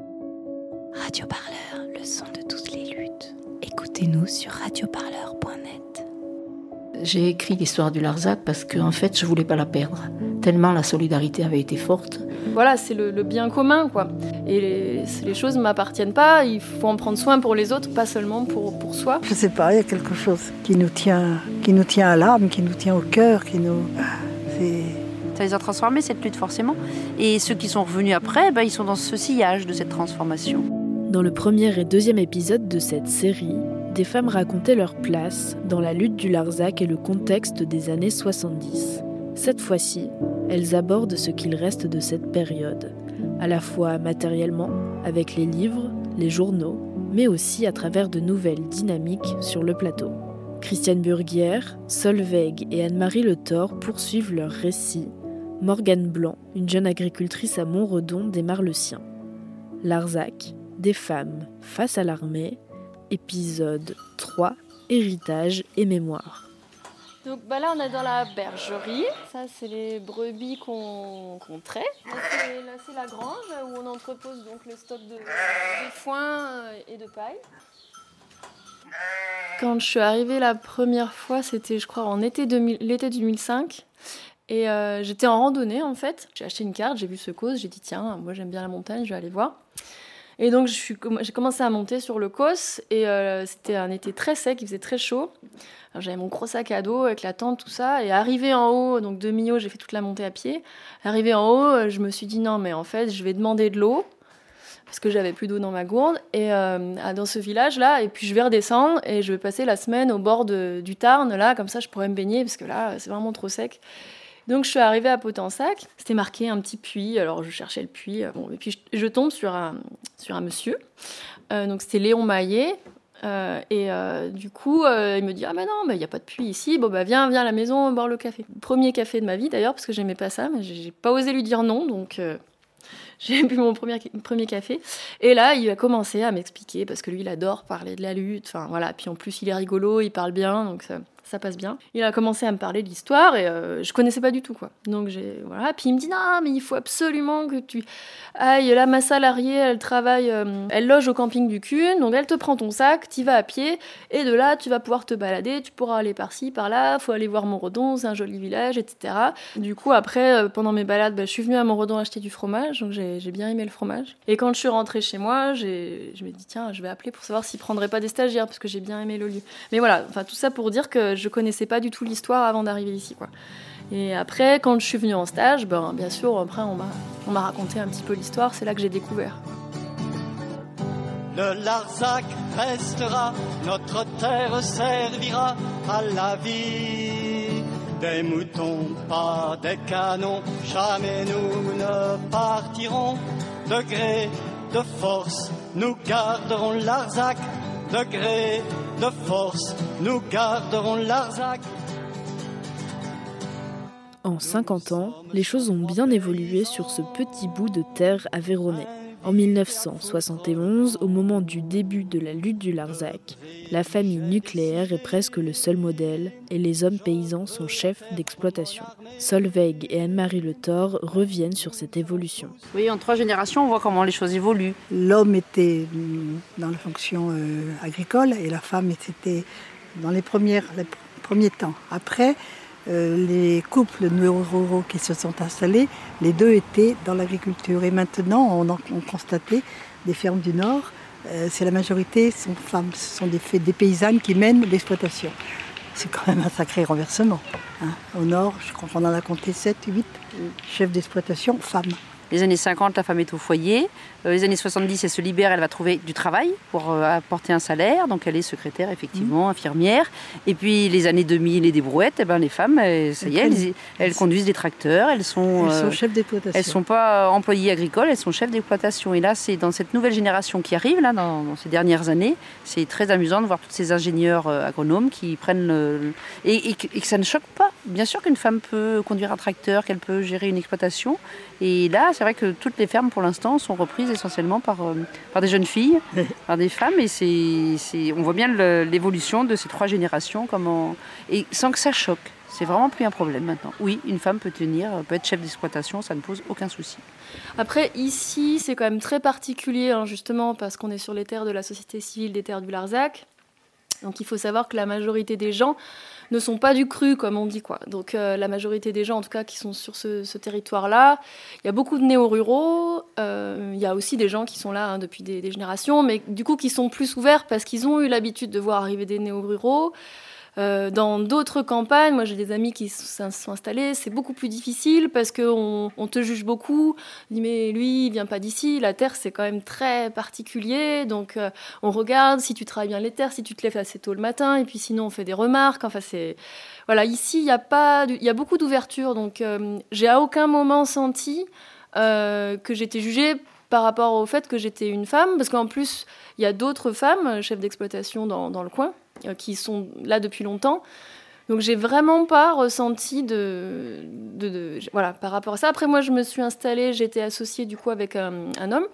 Radio Parleur, le son de toutes les luttes. Écoutez-nous sur radio parleur point net. J'ai écrit l'histoire du Larzac parce que en fait je voulais pas la perdre, tellement la solidarité avait été forte. Voilà, c'est le, le bien commun, quoi. Et les, les choses ne m'appartiennent pas, il faut en prendre soin pour les autres, pas seulement pour, pour soi. Je sais pas, il y a quelque chose qui nous tient, qui nous tient à l'âme, qui nous tient au cœur, qui nous... C'est... Ça les a transformés, cette lutte, forcément. Et ceux qui sont revenus après, bah, ils sont dans ce sillage de cette transformation. Dans le premier et deuxième épisode de cette série, des femmes racontaient leur place dans la lutte du Larzac et le contexte des années soixante-dix. Cette fois-ci, elles abordent ce qu'il reste de cette période, à la fois matériellement, avec les livres, les journaux, mais aussi à travers de nouvelles dynamiques sur le plateau. Christiane Burguière, Solveig et Anne-Marie Le Thor poursuivent leur récit. Morgane Blanc, une jeune agricultrice à Montredon, démarre le sien. Larzac, des femmes face à l'armée, épisode trois, héritage et mémoire. Donc bah là on est dans la bergerie, ça c'est les brebis qu'on, qu'on traite. Là c'est, là c'est la grange où on entrepose donc le stock de, de foin et de paille. Quand je suis arrivée la première fois, c'était je crois en été deux mille, l'été deux mille cinq. Et euh, j'étais en randonnée en fait. J'ai acheté une carte, j'ai vu ce cause, j'ai dit tiens, moi j'aime bien la montagne, je vais aller voir. Et donc je suis, j'ai commencé à monter sur le Causse et euh, c'était un été très sec, il faisait très chaud. Alors, j'avais mon gros sac à dos avec la tente, tout ça. Et arrivé en haut, donc de Millau, j'ai fait toute la montée à pied. Arrivé en haut, je me suis dit non, mais en fait, je vais demander de l'eau parce que j'avais plus d'eau dans ma gourde et euh, dans ce village-là. Et puis je vais redescendre et je vais passer la semaine au bord de, du Tarn, là, comme ça, je pourrais me baigner parce que là, c'est vraiment trop sec. Donc je suis arrivée à Potensac, c'était marqué un petit puits, alors je cherchais le puits, bon, et puis je, je tombe sur un, sur un monsieur, euh, donc c'était Léon Maillet, euh, et euh, du coup euh, il me dit « Ah mais non, il n'y a pas de puits ici, bon bah viens, viens à la maison boire le café ». Premier café de ma vie d'ailleurs, parce que j'aimais pas ça, mais j'ai, j'ai pas osé lui dire non, donc euh, j'ai bu mon premier, premier café. Et là il a commencé à m'expliquer, parce que lui il adore parler de la lutte, enfin voilà, puis en plus il est rigolo, il parle bien, donc ça... ça passe bien. Il a commencé à me parler de l'histoire et euh, je connaissais pas du tout, quoi. Donc j'ai voilà, puis il me dit non, mais il faut absolument que tu ailles là, ma salariée, elle travaille euh, elle loge au camping du Cun, donc elle te prend ton sac, t'y vas à pied et de là, tu vas pouvoir te balader, tu pourras aller par-ci, par-là, faut aller voir Montredon, c'est un joli village, et cetera. Du coup, après euh, pendant mes balades, bah, je suis venue à Montredon acheter du fromage, donc j'ai, j'ai bien aimé le fromage. Et quand je suis rentrée chez moi, j'ai je me dis tiens, je vais appeler pour savoir s'ils prendraient pas des stagiaires parce que j'ai bien aimé le lieu. Mais voilà, enfin tout ça pour dire que je connaissais pas du tout l'histoire avant d'arriver ici, quoi. Et après, quand je suis venue en stage, ben, bien sûr, après, on m'a, on m'a raconté un petit peu l'histoire, c'est là que j'ai découvert. Le Larzac restera, notre terre servira à la vie. Des moutons, pas des canons, jamais nous ne partirons. De gré, de force, nous garderons Larzac. De gré, de force, nous garderons Larzac. En cinquante ans, les choses ont bien évolué sur ce petit bout de terre aveyronnais. En mille neuf cent soixante et onze, au moment du début de la lutte du Larzac, la famille nucléaire est presque le seul modèle et les hommes paysans sont chefs d'exploitation. Solveig et Anne-Marie Le Thor reviennent sur cette évolution. Oui, en trois générations, on voit comment les choses évoluent. L'homme était dans la fonction euh, agricole et la femme était dans les, premières, les premiers temps. Après, euh, les couples néo-ruraux qui se sont installés, les deux étaient dans l'agriculture. Et maintenant, on a on constaté des fermes du Nord, euh, c'est la majorité sont femmes, ce sont des, des paysannes qui mènent l'exploitation. C'est quand même un sacré renversement. Hein. Au Nord, je crois qu'on en a compté sept, huit chefs d'exploitation femmes. Les années cinquante, la femme est au foyer. Euh, les années soixante-dix, elle se libère, elle va trouver du travail pour euh, apporter un salaire. Donc elle est secrétaire, effectivement, mmh. infirmière. Et puis les années deux mille et des brouettes, eh ben, les femmes, elles, ça y est, elles, elles conduisent des tracteurs. Elles sont, elles sont euh, chefs d'exploitation. Elles ne sont pas employées agricoles, elles sont chefs d'exploitation. Et là, c'est dans cette nouvelle génération qui arrive, là, dans, dans ces dernières années, c'est très amusant de voir tous ces ingénieurs euh, agronomes qui prennent... Le... Et, et, et que ça ne choque pas. Bien sûr qu'une femme peut conduire un tracteur, qu'elle peut gérer une exploitation. Et là, c'est vrai que toutes les fermes, pour l'instant, sont reprises essentiellement par, euh, par des jeunes filles, par des femmes. Et c'est, c'est, on voit bien le, l'évolution de ces trois générations, comment, et sans que ça choque. C'est vraiment plus un problème maintenant. Oui, une femme peut tenir, peut être chef d'exploitation, ça ne pose aucun souci. Après, ici, c'est quand même très particulier, hein, justement, parce qu'on est sur les terres de la société civile des terres du Larzac. Donc il faut savoir que la majorité des gens ne sont pas du cru, comme on dit, quoi. Donc euh, la majorité des gens, en tout cas, qui sont sur ce, ce territoire-là, il y a beaucoup de néo-ruraux. Euh, il y a aussi des gens qui sont là hein, depuis des, des générations, mais du coup qui sont plus ouverts parce qu'ils ont eu l'habitude de voir arriver des néo-ruraux. Euh, dans d'autres campagnes, moi j'ai des amis qui se sont installés, c'est beaucoup plus difficile parce qu'on on te juge beaucoup. On dit mais lui il vient pas d'ici, la terre c'est quand même très particulier, donc euh, on regarde si tu travailles bien les terres, si tu te lèves assez tôt le matin, et puis sinon on fait des remarques. Enfin c'est voilà, ici il y a pas, il y a beaucoup d'ouverture, donc euh, j'ai à aucun moment senti euh, que j'étais jugée par rapport au fait que j'étais une femme, parce qu'en plus il y a d'autres femmes chefs d'exploitation dans, dans le coin qui sont là depuis longtemps. Donc j'ai vraiment pas ressenti de, de, de... Voilà, par rapport à ça. Après, moi, je me suis installée, j'étais associée du coup avec un, un homme.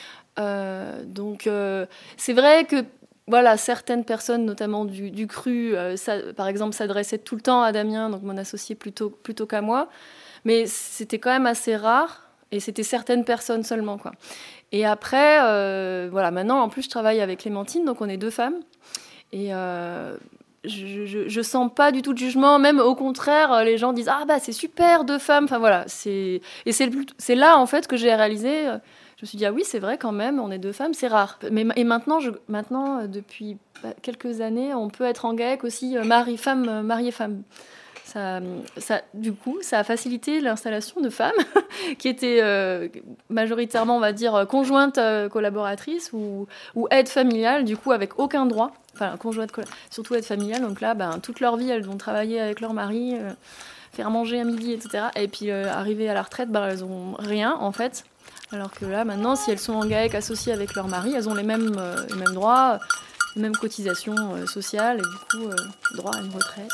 Euh, donc euh, c'est vrai que voilà, certaines personnes, notamment du, du cru, euh, ça, par exemple, s'adressaient tout le temps à Damien, donc mon associé, plutôt, plutôt qu'à moi. Mais c'était quand même assez rare. Et c'était certaines personnes seulement, quoi. Et après, euh, voilà, maintenant, en plus, je travaille avec Clémentine, donc on est deux femmes. Et euh, je, je, je sens pas du tout de jugement, même au contraire, les gens disent ah bah c'est super deux femmes. Enfin voilà, c'est et c'est c'est là en fait que j'ai réalisé. Je me suis dit ah oui c'est vrai quand même, on est deux femmes, c'est rare. Mais et maintenant je maintenant depuis quelques années, on peut être en GAEC aussi mari femme mariée femme. Ça, ça, du coup, ça a facilité l'installation de femmes qui étaient euh, majoritairement, on va dire, conjointes euh, collaboratrices ou, ou aides familiales, du coup, avec aucun droit. Enfin, conjointes, surtout aides familiales. Donc là, ben, toute leur vie, elles vont travailler avec leur mari, euh, faire manger à midi, et cetera. Et puis, euh, arriver à la retraite, ben, elles n'ont rien, en fait. Alors que là, maintenant, si elles sont en GAEC associées avec leur mari, elles ont les mêmes, euh, les mêmes droits, les mêmes cotisations euh, sociales et du coup, euh, droit à une retraite.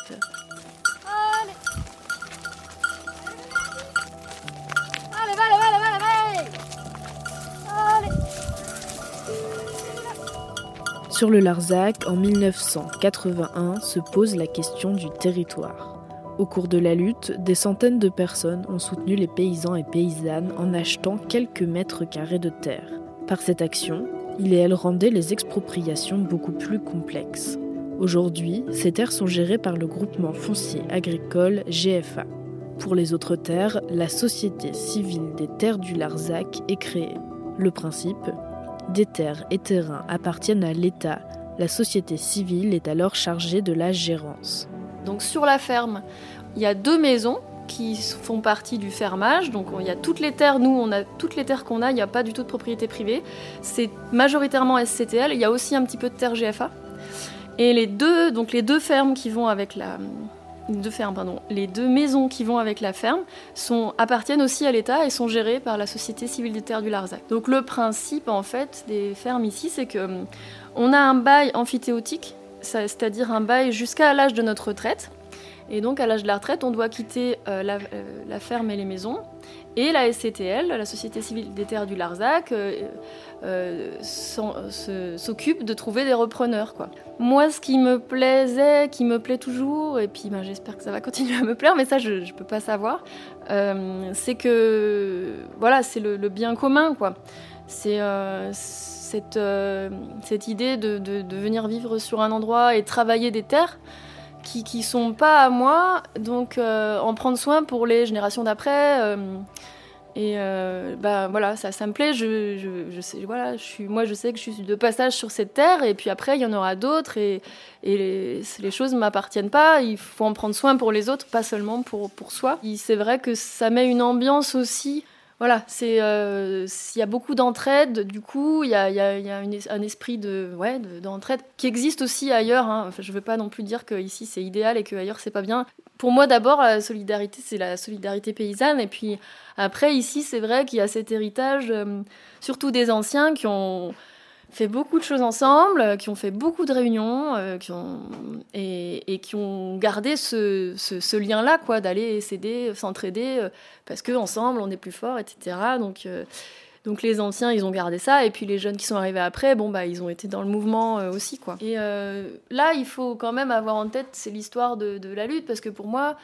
Sur le Larzac, en mille neuf cent quatre-vingt-un, se pose la question du territoire. Au cours de la lutte, des centaines de personnes ont soutenu les paysans et paysannes en achetant quelques mètres carrés de terre. Par cette action, il et elle rendaient les expropriations beaucoup plus complexes. Aujourd'hui, ces terres sont gérées par le groupement foncier agricole G F A. Pour les autres terres, la Société civile des terres du Larzac est créée. Le principe ? Des terres et terrains appartiennent à l'État. La société civile est alors chargée de la gérance. Donc sur la ferme, il y a deux maisons qui font partie du fermage. Donc il y a toutes les terres, nous on a toutes les terres qu'on a, il n'y a pas du tout de propriété privée. C'est majoritairement S C T L, il y a aussi un petit peu de terre G F A. Et les deux, donc les deux fermes qui vont avec la... Deux fermes, pardon. Les deux maisons qui vont avec la ferme sont, appartiennent aussi à l'État et sont gérées par la Société civile des terres du Larzac. Donc le principe en fait des fermes ici, c'est que on a un bail amphithéotique, c'est-à-dire un bail jusqu'à l'âge de notre retraite. Et donc à l'âge de la retraite, on doit quitter euh, la, euh, la ferme et les maisons. Et la S C T L, la Société civile des terres du Larzac, euh, euh, s'occupe de trouver des repreneurs, quoi. Moi, ce qui me plaisait, qui me plaît toujours, et puis ben, j'espère que ça va continuer à me plaire, mais ça, je ne peux pas savoir, euh, c'est que voilà, c'est le, le bien commun, quoi. C'est euh, cette, euh, cette idée de, de, de venir vivre sur un endroit et travailler des terres qui qui sont pas à moi, donc euh, en prendre soin pour les générations d'après. Euh, et euh, bah voilà, ça, ça me plaît. Je, je, je sais, voilà, je suis, moi je sais que je suis de passage sur cette terre, et puis après il y en aura d'autres, et, et les, les choses ne m'appartiennent pas. Il faut en prendre soin pour les autres, pas seulement pour pour soi. Et c'est vrai que ça met une ambiance aussi. Voilà, c'est, euh, il y a beaucoup d'entraide, du coup, il y a, y a, y a une, un esprit de, ouais, de, d'entraide qui existe aussi ailleurs. Hein. Enfin, je ne veux pas non plus dire qu'ici c'est idéal et qu'ailleurs c'est pas bien. Pour moi, d'abord, la solidarité, c'est la solidarité paysanne. Et puis après, ici, c'est vrai qu'il y a cet héritage, euh, surtout des anciens qui ont fait beaucoup de choses ensemble, qui ont fait beaucoup de réunions, euh, qui ont, et, et qui ont gardé ce, ce, ce lien-là, quoi, d'aller s'aider, s'entraider, euh, parce qu'ensemble, on est plus fort, et cetera. Donc, euh, donc les anciens, ils ont gardé ça, et puis les jeunes qui sont arrivés après, bon, bah, ils ont été dans le mouvement euh, aussi, quoi. Et euh, là, il faut quand même avoir en tête, c'est l'histoire de, de la lutte, parce que pour moi,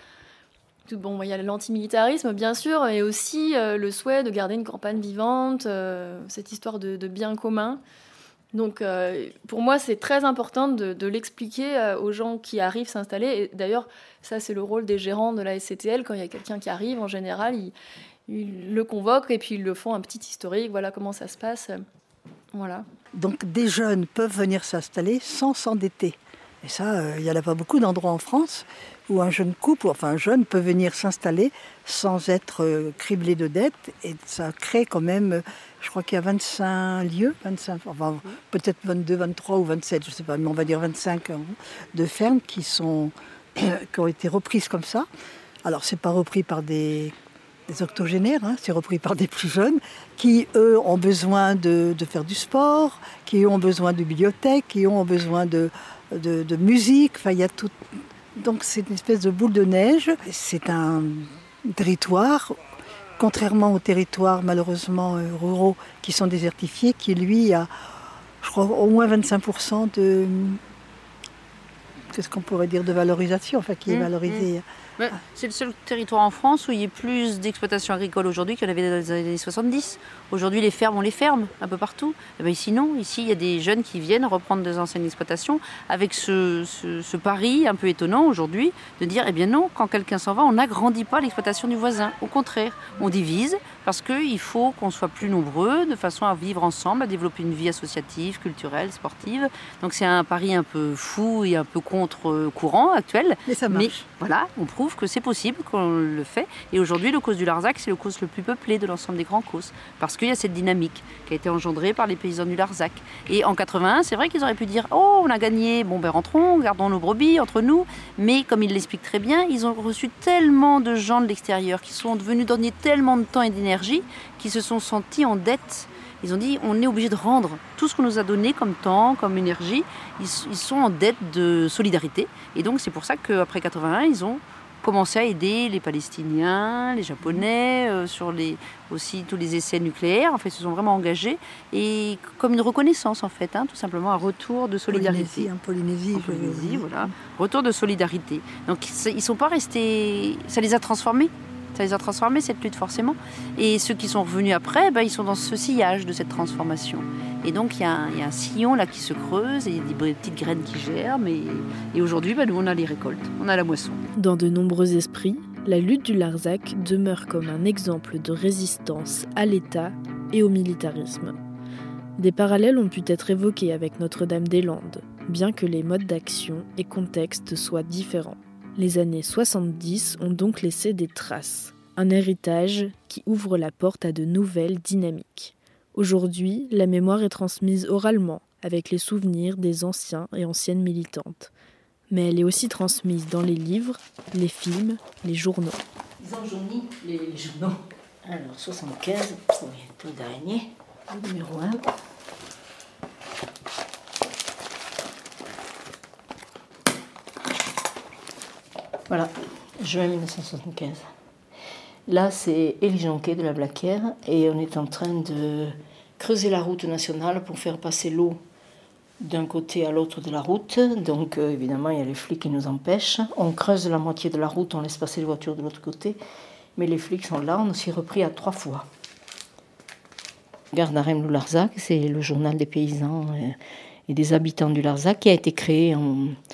bon, il y a l'antimilitarisme, bien sûr, et aussi euh, le souhait de garder une campagne vivante, euh, cette histoire de, de bien commun. Donc, euh, pour moi, c'est très important de, de l'expliquer euh, aux gens qui arrivent s'installer. Et d'ailleurs, ça, c'est le rôle des gérants de la S C T L. Quand il y a quelqu'un qui arrive, en général, ils, ils le convoquent et puis ils le font un petit historique. Voilà comment ça se passe. Voilà. Donc, des jeunes peuvent venir s'installer sans s'endetter. Et ça, euh, il n'y en a pas beaucoup d'endroits en France où un jeune couple, enfin un jeune, peut venir s'installer sans être euh, criblé de dettes. Et ça crée quand même, je crois qu'il y a vingt-cinq lieux, vingt-cinq, enfin peut-être vingt-deux, vingt-trois ou vingt-sept, je ne sais pas, mais on va dire vingt-cinq hein, de fermes qui, sont, qui ont été reprises comme ça. Alors, ce n'est pas repris par des, des octogénaires, hein, c'est repris par des plus jeunes qui, eux, ont besoin de, de faire du sport, qui ont besoin de bibliothèques, qui ont besoin de, de, de musique. Enfin, il y a tout. Donc, c'est une espèce de boule de neige. C'est un territoire, contrairement aux territoires malheureusement euh, ruraux qui sont désertifiés, qui lui a, je crois, au moins vingt-cinq pour cent de, qu'est-ce qu'on pourrait dire, de valorisation, enfin qui est valorisé. Mmh, mmh. Ouais, c'est le seul territoire en France où il y a plus d'exploitation agricole aujourd'hui qu'il y en avait dans les années soixante-dix. Aujourd'hui, les fermes, on les ferme un peu partout. Et bien ici, non. Ici, il y a des jeunes qui viennent reprendre des anciennes exploitations avec ce, ce, ce pari un peu étonnant aujourd'hui de dire, eh bien non, quand quelqu'un s'en va, on n'agrandit pas l'exploitation du voisin. Au contraire, on divise parce qu'il faut qu'on soit plus nombreux de façon à vivre ensemble, à développer une vie associative, culturelle, sportive. Donc c'est un pari un peu fou et un peu contre-courant actuel. Mais ça marche. Mais voilà, on prouve que c'est possible, qu'on le fait. Et aujourd'hui, le causse du Larzac, c'est le causse le plus peuplé de l'ensemble des grands causses. Parce qu'il y a cette dynamique qui a été engendrée par les paysans du Larzac. Et en quatre-vingt-un, c'est vrai qu'ils auraient pu dire « Oh, on a gagné, bon ben rentrons, gardons nos brebis entre nous ». Mais comme ils l'expliquent très bien, ils ont reçu tellement de gens de l'extérieur qui sont venus donner tellement de temps et d'énergie qu'ils se sont sentis en dette. Ils ont dit, on est obligé de rendre tout ce qu'on nous a donné comme temps, comme énergie. Ils, ils sont en dette de solidarité. Et donc, c'est pour ça qu'après quatre-vingt-un, ils ont commencé à aider les Palestiniens, les Japonais, euh, sur les, aussi tous les essais nucléaires. En fait, ils se sont vraiment engagés. Et comme une reconnaissance, en fait, hein, tout simplement, un retour de solidarité. En Polynésie. En Polynésie, voilà. Retour de solidarité. Donc, ils ne sont pas restés... Ça les a transformés. Ça les a transformés, cette lutte, forcément. Et ceux qui sont revenus après, ben, ils sont dans ce sillage de cette transformation. Et donc, il y, y a un sillon là qui se creuse, et il y a des petites graines qui germent. Et, et aujourd'hui, ben, nous, on a les récoltes, on a la moisson. Dans de nombreux esprits, la lutte du Larzac demeure comme un exemple de résistance à l'État et au militarisme. Des parallèles ont pu être évoqués avec Notre-Dame-des-Landes, bien que les modes d'action et contextes soient différents. Les années soixante-dix ont donc laissé des traces, un héritage qui ouvre la porte à de nouvelles dynamiques. Aujourd'hui, la mémoire est transmise oralement, avec les souvenirs des anciens et anciennes militantes. Mais elle est aussi transmise dans les livres, les films, les journaux. Ils ont jauni les, les journaux. Alors, soixante-quinze, oui, taux d'araignée, numéro un. Voilà, juin dix-neuf cent soixante-quinze. Là, c'est Élie Jonquet de la Blaquière et on est en train de creuser la route nationale pour faire passer l'eau d'un côté à l'autre de la route. Donc, euh, évidemment, il y a les flics qui nous empêchent. On creuse la moitié de la route, on laisse passer les voitures de l'autre côté. Mais les flics sont là, on s'y est repris à trois fois. Gardarem du Larzac, c'est le journal des paysans et des habitants du Larzac qui a été créé en...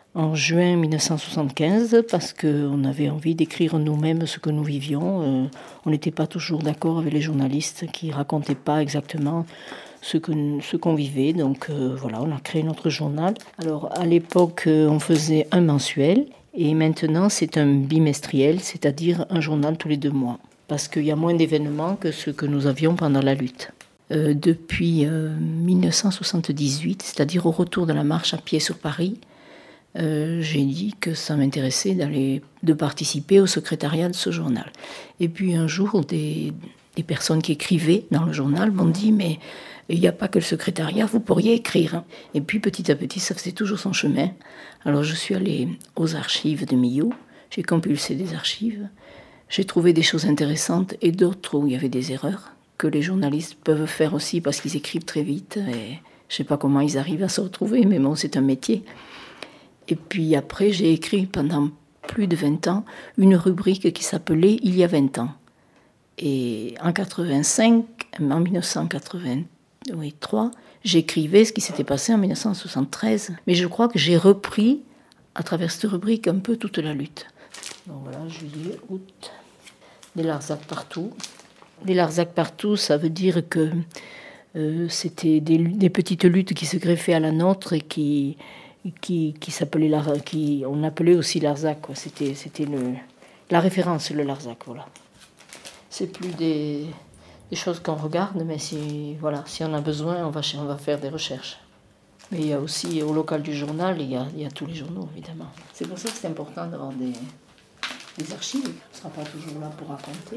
en juin dix-neuf cent soixante-quinze parce qu'on avait envie d'écrire nous-mêmes ce que nous vivions. Euh, on n'était pas toujours d'accord avec les journalistes qui ne racontaient pas exactement ce, que, ce qu'on vivait. Donc euh, voilà, on a créé notre journal. Alors à l'époque, on faisait un mensuel et maintenant c'est un bimestriel, c'est-à-dire un journal tous les deux mois. Parce qu'il y a moins d'événements que ceux que nous avions pendant la lutte. Euh, depuis euh, dix-neuf cent soixante-dix-huit, c'est-à-dire au retour de la marche à pied sur Paris, Euh, j'ai dit que ça m'intéressait d'aller, de participer au secrétariat de ce journal. Et puis un jour, des, des personnes qui écrivaient dans le journal m'ont dit « mais il n'y a pas que le secrétariat, vous pourriez écrire ». Et puis petit à petit, ça faisait toujours son chemin. Alors je suis allée aux archives de Millau, j'ai compulsé des archives, j'ai trouvé des choses intéressantes et d'autres où il y avait des erreurs que les journalistes peuvent faire aussi parce qu'ils écrivent très vite. Et je ne sais pas comment ils arrivent à se retrouver, mais bon, c'est un métier. Et puis après, j'ai écrit pendant plus de vingt ans une rubrique qui s'appelait « Il y a vingt ans ». Et en quatre-vingt-cinq, en dix-neuf cent quatre-vingt-trois, j'écrivais ce qui s'était passé en dix-neuf cent soixante-treize. Mais je crois que j'ai repris, à travers cette rubrique, un peu toute la lutte. Donc voilà, juillet, août, des Larzac partout. Des Larzac partout, ça veut dire que euh, c'était des, des petites luttes qui se greffaient à la nôtre et qui... qui, qui s'appelait la, qui on appelait aussi Larzac, quoi. C'était, c'était le, la référence, le Larzac, voilà. C'est plus des, des choses qu'on regarde, mais si, voilà, si on a besoin, on va, on va faire des recherches. Mais il y a aussi, au local du journal, il y a, il y a tous les journaux, évidemment. C'est pour ça que c'est important d'avoir des, des archives. On ne sera pas toujours là pour raconter.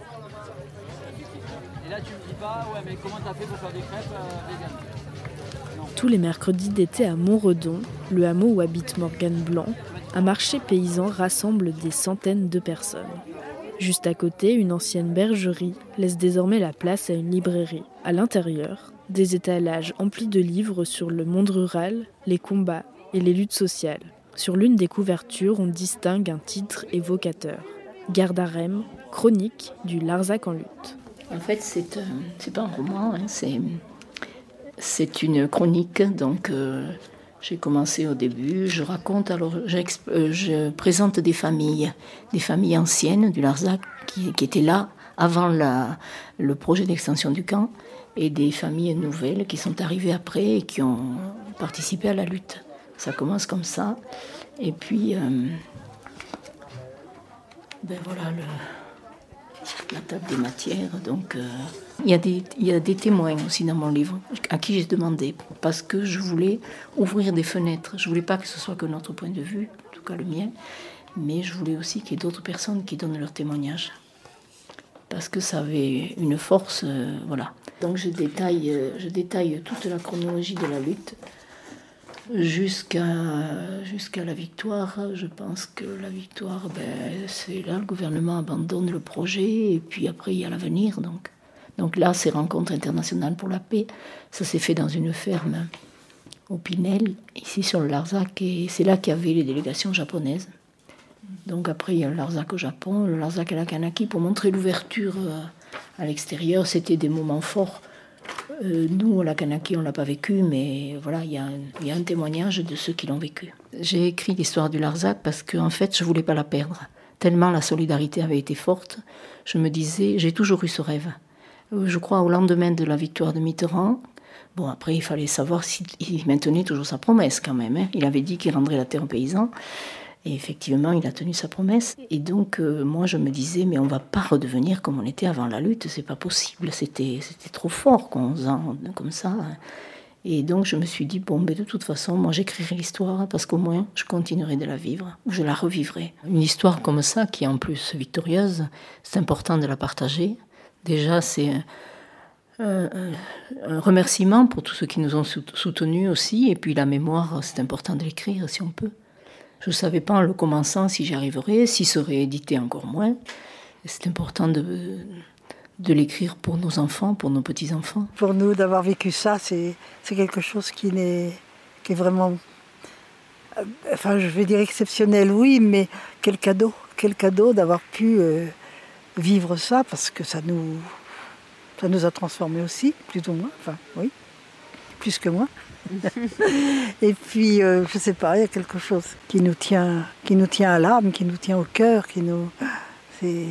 Et là, tu me dis pas, ouais, mais comment t'as fait pour faire des crêpes euh, véganes ? Tous les mercredis d'été à Montredon, le hameau où habite Morgane Blanc, un marché paysan rassemble des centaines de personnes. Juste à côté, une ancienne bergerie laisse désormais la place à une librairie. À l'intérieur, des étalages emplis de livres sur le monde rural, les combats et les luttes sociales. Sur l'une des couvertures, on distingue un titre évocateur. Gardarem, chronique du Larzac en lutte. En fait, c'est, euh, c'est pas un roman, hein, c'est... C'est une chronique, donc euh, j'ai commencé au début, je raconte, alors euh, je présente des familles, des familles anciennes du Larzac qui, qui étaient là avant la, le projet d'extension du camp et des familles nouvelles qui sont arrivées après et qui ont participé à la lutte. Ça commence comme ça, et puis, euh, ben voilà le... la table des matières, donc euh, il y a des, il y a des témoins aussi dans mon livre à qui j'ai demandé, parce que je voulais ouvrir des fenêtres, je voulais pas que ce soit que notre point de vue, en tout cas le mien, mais je voulais aussi qu'il y ait d'autres personnes qui donnent leur témoignage, parce que ça avait une force, euh, voilà. Donc je détaille, euh, je détaille toute la chronologie de la lutte, Jusqu'à, jusqu'à la victoire. Je pense que la victoire, ben, c'est là, le gouvernement abandonne le projet, et puis après, il y a l'avenir. Donc, donc là, c'est Rencontre internationale pour la paix. Ça s'est fait dans une ferme au Pinel, ici sur le Larzac, et c'est là qu'il y avait les délégations japonaises. Donc après, il y a le Larzac au Japon, le Larzac à la Kanaki, pour montrer l'ouverture à l'extérieur. C'était des moments forts. Euh, nous, la Kanaki, on ne l'a pas vécu, mais voilà, il y, y a un témoignage de ceux qui l'ont vécu. J'ai écrit l'histoire du Larzac parce qu'en en fait, je ne voulais pas la perdre. Tellement la solidarité avait été forte, je me disais, j'ai toujours eu ce rêve. Je crois au lendemain de la victoire de Mitterrand, bon, après, il fallait savoir s'il maintenait toujours sa promesse quand même. Hein. Il avait dit qu'il rendrait la terre aux paysans. Et effectivement, il a tenu sa promesse. Et donc, euh, moi, je me disais, mais on ne va pas redevenir comme on était avant la lutte. C'est pas possible. C'était, c'était trop fort, onze ans, comme ça. Et donc, je me suis dit, bon, mais de toute façon, moi, j'écrirai l'histoire parce qu'au moins, je continuerai de la vivre. Ou je la revivrai. Une histoire comme ça, qui est en plus victorieuse, c'est important de la partager. Déjà, c'est un, un, un remerciement pour tous ceux qui nous ont soutenus aussi. Et puis, la mémoire, c'est important de l'écrire, si on peut. Je ne savais pas en le commençant si j'y arriverais, s'il serait édité encore moins. C'est important de, de l'écrire pour nos enfants, pour nos petits-enfants. Pour nous, d'avoir vécu ça, c'est, c'est quelque chose qui, n'est, qui est vraiment, enfin je vais dire exceptionnel, oui, mais quel cadeau, quel cadeau d'avoir pu euh, vivre ça, parce que ça nous, ça nous a transformés aussi, plus ou moins, enfin oui. plus que moi. Et puis, euh, je ne sais pas, il y a quelque chose qui nous tient, qui nous tient à l'âme, qui nous tient au cœur, qui nous... C'est...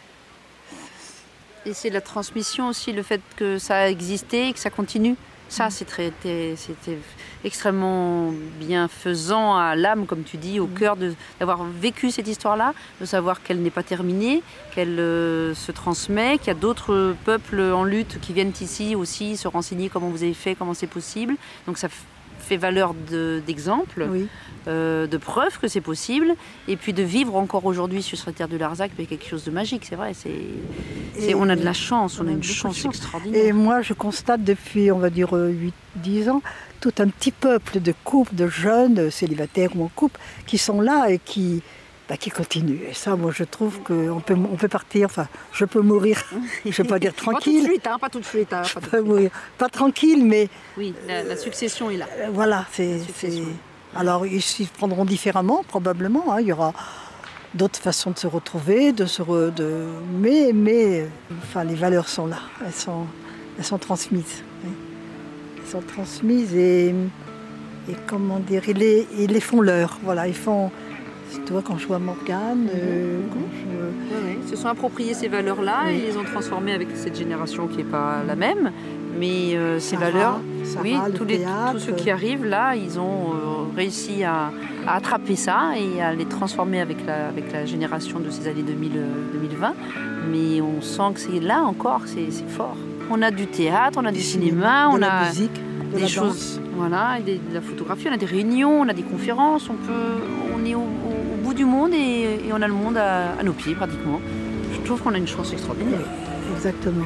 Et c'est la transmission aussi, le fait que ça a existé et que ça continue. Ça, c'est très, c'était extrêmement bienfaisant à l'âme, comme tu dis, au mmh. cœur de, d'avoir vécu cette histoire-là, de savoir qu'elle n'est pas terminée, qu'elle euh, se transmet, qu'il y a d'autres peuples en lutte qui viennent ici aussi se renseigner comment vous avez fait, comment c'est possible. Donc ça fait valeur de, d'exemple, oui. euh, de preuve que c'est possible, et puis de vivre encore aujourd'hui sur cette terre du Larzac, c'est quelque chose de magique, c'est vrai. C'est, c'est, on a de la chance, on, on a une chance, chance extraordinaire. Et moi, je constate depuis, on va dire, huit dix ans, tout un petit peuple de couples, de jeunes, célibataires ou en couple, qui sont là et qui... Bah, qui continue. Et ça, moi, je trouve qu'on peut, on peut partir, enfin, je peux mourir, je ne vais pas dire tranquille. Pas tout de suite, hein, pas tout de suite. Hein, je pas peux mourir, pas tranquille, mais... Oui, la, la succession est là. Euh, voilà, c'est, c'est... Alors, ils s'y prendront différemment, probablement. Hein, il y aura d'autres façons de se retrouver, de se re... de... mais, mais enfin, les valeurs sont là, elles sont, elles sont transmises. Oui. Elles sont transmises et, et comment dire, ils les, ils les font leur, voilà, ils font... Tu vois, quand je vois Morgane, euh, quand je... ouais, ouais. Ils se sont appropriés ces valeurs-là, oui. Ils les ont transformées avec cette génération qui n'est pas la même. Mais euh, ces Sarah, valeurs, Sarah, oui, tous, les, théâtre, tous ceux qui arrivent là, ils ont euh, réussi à, à attraper ça et à les transformer avec la, avec la génération de ces années deux mille, deux mille vingt. Mais on sent que c'est là encore, c'est, c'est fort. On a du théâtre, on a du, du cinéma, de on la a musique, de des la choses, danse. Voilà, des, de la photographie, on a des réunions, on a des conférences, on peut, on est au, au, au bout du monde et, et on a le monde à, à nos pieds pratiquement. Je trouve qu'on a une chance extraordinaire. Oui, exactement.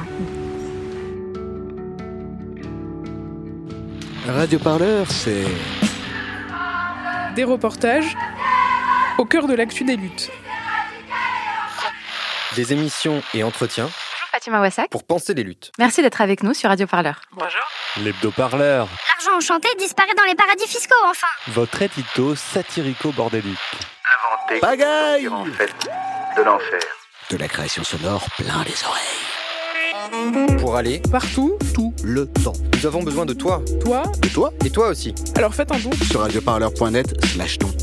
Radio Parleur, c'est des reportages au cœur de l'actu des luttes. Des émissions et entretiens. Bonjour Fatima Wassak. Pour penser les luttes. Merci d'être avec nous sur Radio Parleur. Bonjour. L'hebdo-parleur. L'argent enchanté disparaît dans les paradis fiscaux, enfin. Votre édito satirico-bordélique. Inventé Bagaille en fait de l'enfer. De la création sonore plein les oreilles. Pour aller partout, tout le temps. Nous avons besoin de toi. Toi. Et toi. Et toi aussi. Alors faites un don. Sur radioparleur point net slash don.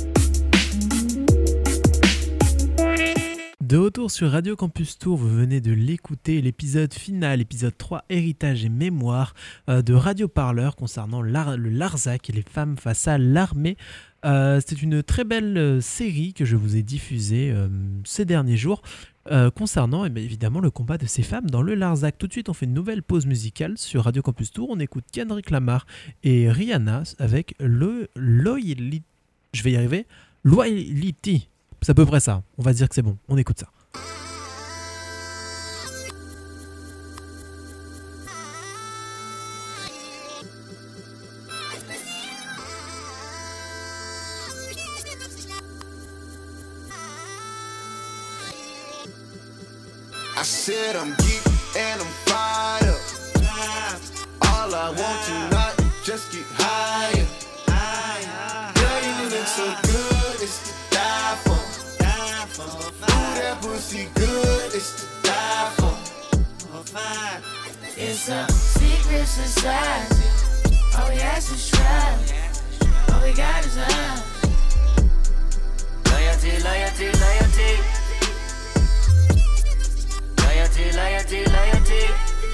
De retour sur Radio Campus Tour, vous venez de l'écouter, l'épisode final, épisode trois, Héritage et mémoire euh, de Radio Parleur concernant l'Ar- le Larzac et les femmes face à l'armée. Euh, c'est une très belle euh, série que je vous ai diffusée euh, ces derniers jours euh, concernant eh bien, évidemment le combat de ces femmes dans le Larzac. Tout de suite, on fait une nouvelle pause musicale sur Radio Campus Tour. On écoute Kendrick Lamar et Rihanna avec le Loyalty. Je vais y arriver. Loyalty. C'est à peu près ça. On va se dire que c'est bon. On écoute ça. I said I'm geek and I'm fired up. All I want tonight is just get higher. Girl, you look so good, it's to die for. Ooh, that pussy good, it's to die for. It's a secret society. All we ask is try. All we got is love. Loyalty, loyalty, loyalty. Loyalty, loyalty, loyalty.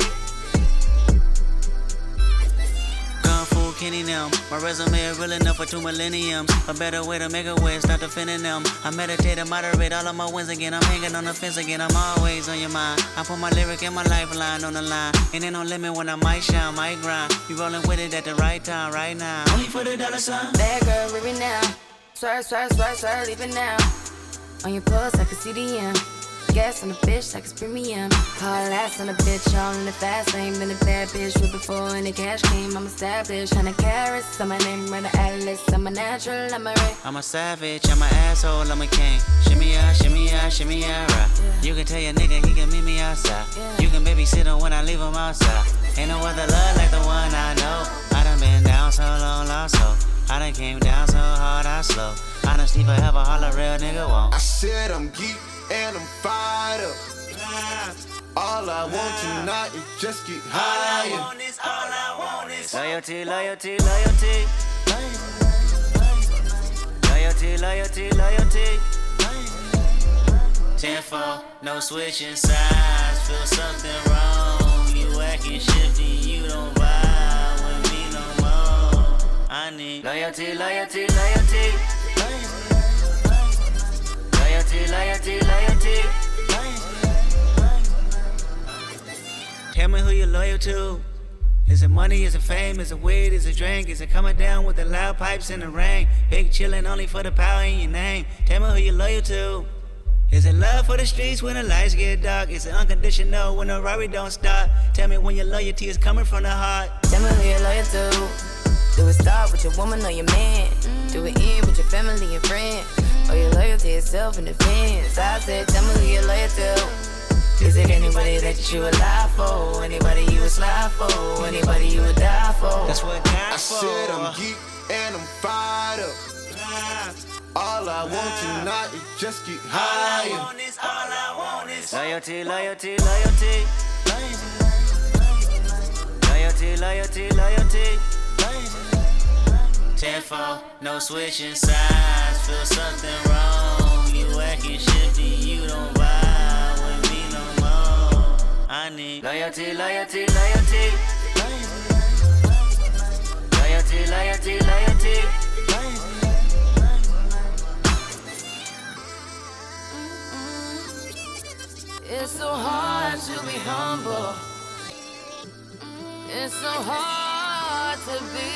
Kung Fu Kenny now. My resume is real enough for two millenniums. A better way to make a way, start defending them. I meditate and moderate all of my wins again. I'm hanging on the fence again. I'm always on your mind. I put my lyric and my lifeline on the line. And ain't no limit when I might shine, might grind. You rolling with it at the right time, right now. Only for the dollar sign. Bad girl, leave it now. Swear, swear, swear, swear, leave it now. On your pulse, I can see the end. Gas on the bitch like it's premium. Hard ass on the bitch, all in the fast lane. Been a bad bitch with before and the cash came. I'm established, hundred carats on my name, run the atlas. I'm a natural, I'm a ray. I'm a savage, I'm an asshole, I'm a king. Shimmy ya, shimmy ya, shimmy ya, right. Yeah. You can tell your nigga he can meet me outside. Yeah. You can babysit him when I leave him outside. Ain't no other love like the one I know. I done been down so long, lost so. I done came down so hard, I slow. Honestly, forever, all a real nigga won't. I said I'm geek and I'm fired up. All I want tonight is just get higher. All I want is, all I want is Loyalties. Loyalty, loyalty, loyalty. Loyalty, loyalty, loyalty. Tenfold, no switching sides. Feel something wrong. You acting shifty, you don't vibe with me no more. I need loyalty, loyalty, loyalty. Loyalty, loyalty, loyalty. Tell me who you're loyal to. Is it money, is it fame, is it weed, is it drink? Is it coming down with the loud pipes in the rain? Big chillin' only for the power in your name. Tell me who you're loyal to. Is it love for the streets when the lights get dark? Is it unconditional when the Rari don't start? Tell me when your loyalty is coming from the heart. Tell me who you're loyal to. Do it start with your woman or your man? Do it end with your family and friends? Or your loyalty is self-defense? I said, tell me who you're loyal to. Is it anybody that you would lie for? Anybody you would slide for? Anybody you would die for? That's what God I for. said I'm geek and I'm fired up. All I want tonight is just get higher. All I want is, all I want is loyalty, loyalty, loyalty. Loyalty, loyalty, loyalty. Tenfold, no switching sides. Feel something wrong. You acting shifty, you don't vibe with me no more. I need loyalty, loyalty, loyalty. Loyalty, loyalty, loyalty. It's so hard to be humble. It's so hard to be.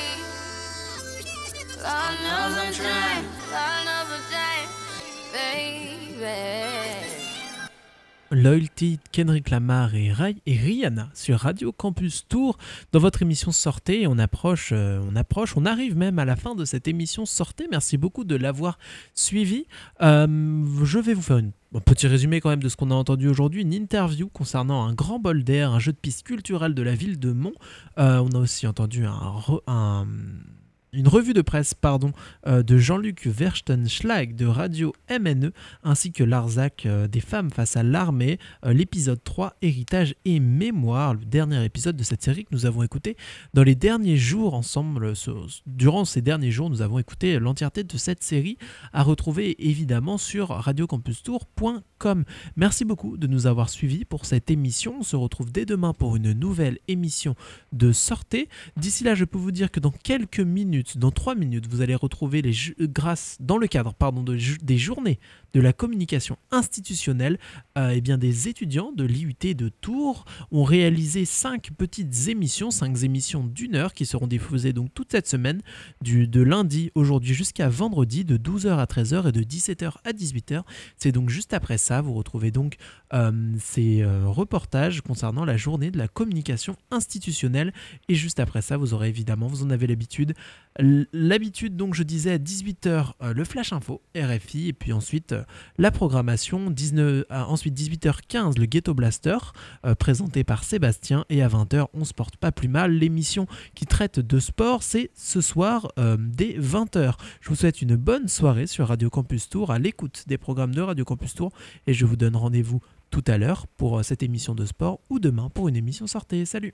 Lord knows I'm trying. Lord knows I'm trying, baby. Loyalty, Kendrick Lamar et, Ray, et Rihanna sur Radio Campus Tour dans votre émission Sortez. Et on approche, euh, on approche, on arrive même à la fin de cette émission Sortez. Merci beaucoup de l'avoir suivi. Euh, je vais vous faire une, un petit résumé quand même de ce qu'on a entendu aujourd'hui. Une interview concernant un grand bol d'air, un jeu de piste culturel de la ville de Mont. Euh, on a aussi entendu un... un Une revue de presse pardon, euh, de Jean-Luc Verstenschlag de Radio M N E, ainsi que l'Arzac euh, des femmes face à l'armée, euh, l'épisode trois, Héritage et mémoire, le dernier épisode de cette série que nous avons écouté dans les derniers jours ensemble. Ce, durant ces derniers jours, nous avons écouté l'entièreté de cette série, à retrouver évidemment sur radio campus tour point com. Merci beaucoup de nous avoir suivis pour cette émission. On se retrouve dès demain pour une nouvelle émission de Sortez. D'ici là, je peux vous dire que dans quelques minutes, dans trois minutes, vous allez retrouver les ju- grâce dans le cadre pardon, de ju- des journées de la communication institutionnelle, euh, eh bien des étudiants de l'I U T de Tours ont réalisé cinq petites émissions, cinq émissions d'une heure qui seront diffusées donc toute cette semaine, du, de lundi aujourd'hui jusqu'à vendredi, de douze heures à treize heures et de dix-sept heures à dix-huit heures. C'est donc juste après ça, vous retrouvez donc euh, ces euh, reportages concernant la journée de la communication institutionnelle. Et juste après ça, vous aurez évidemment, vous en avez l'habitude, L'habitude, donc je disais à dix-huit heures euh, le Flash Info, R F I, et puis ensuite euh, la programmation, dix-neuf, euh, ensuite dix-huit heures quinze le Ghetto Blaster, euh, présenté par Sébastien, et à vingt heures on se porte pas plus mal. L'émission qui traite de sport, c'est ce soir euh, dès vingt heures. Je vous souhaite une bonne soirée sur Radio Campus Tour, à l'écoute des programmes de Radio Campus Tour, et je vous donne rendez-vous tout à l'heure pour euh, cette émission de sport, ou demain pour une émission Sortez. Salut!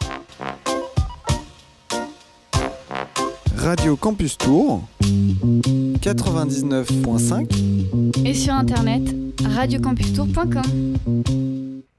Radio Campus Tour quatre-vingt-dix-neuf point cinq et sur internet radio campus tour point com.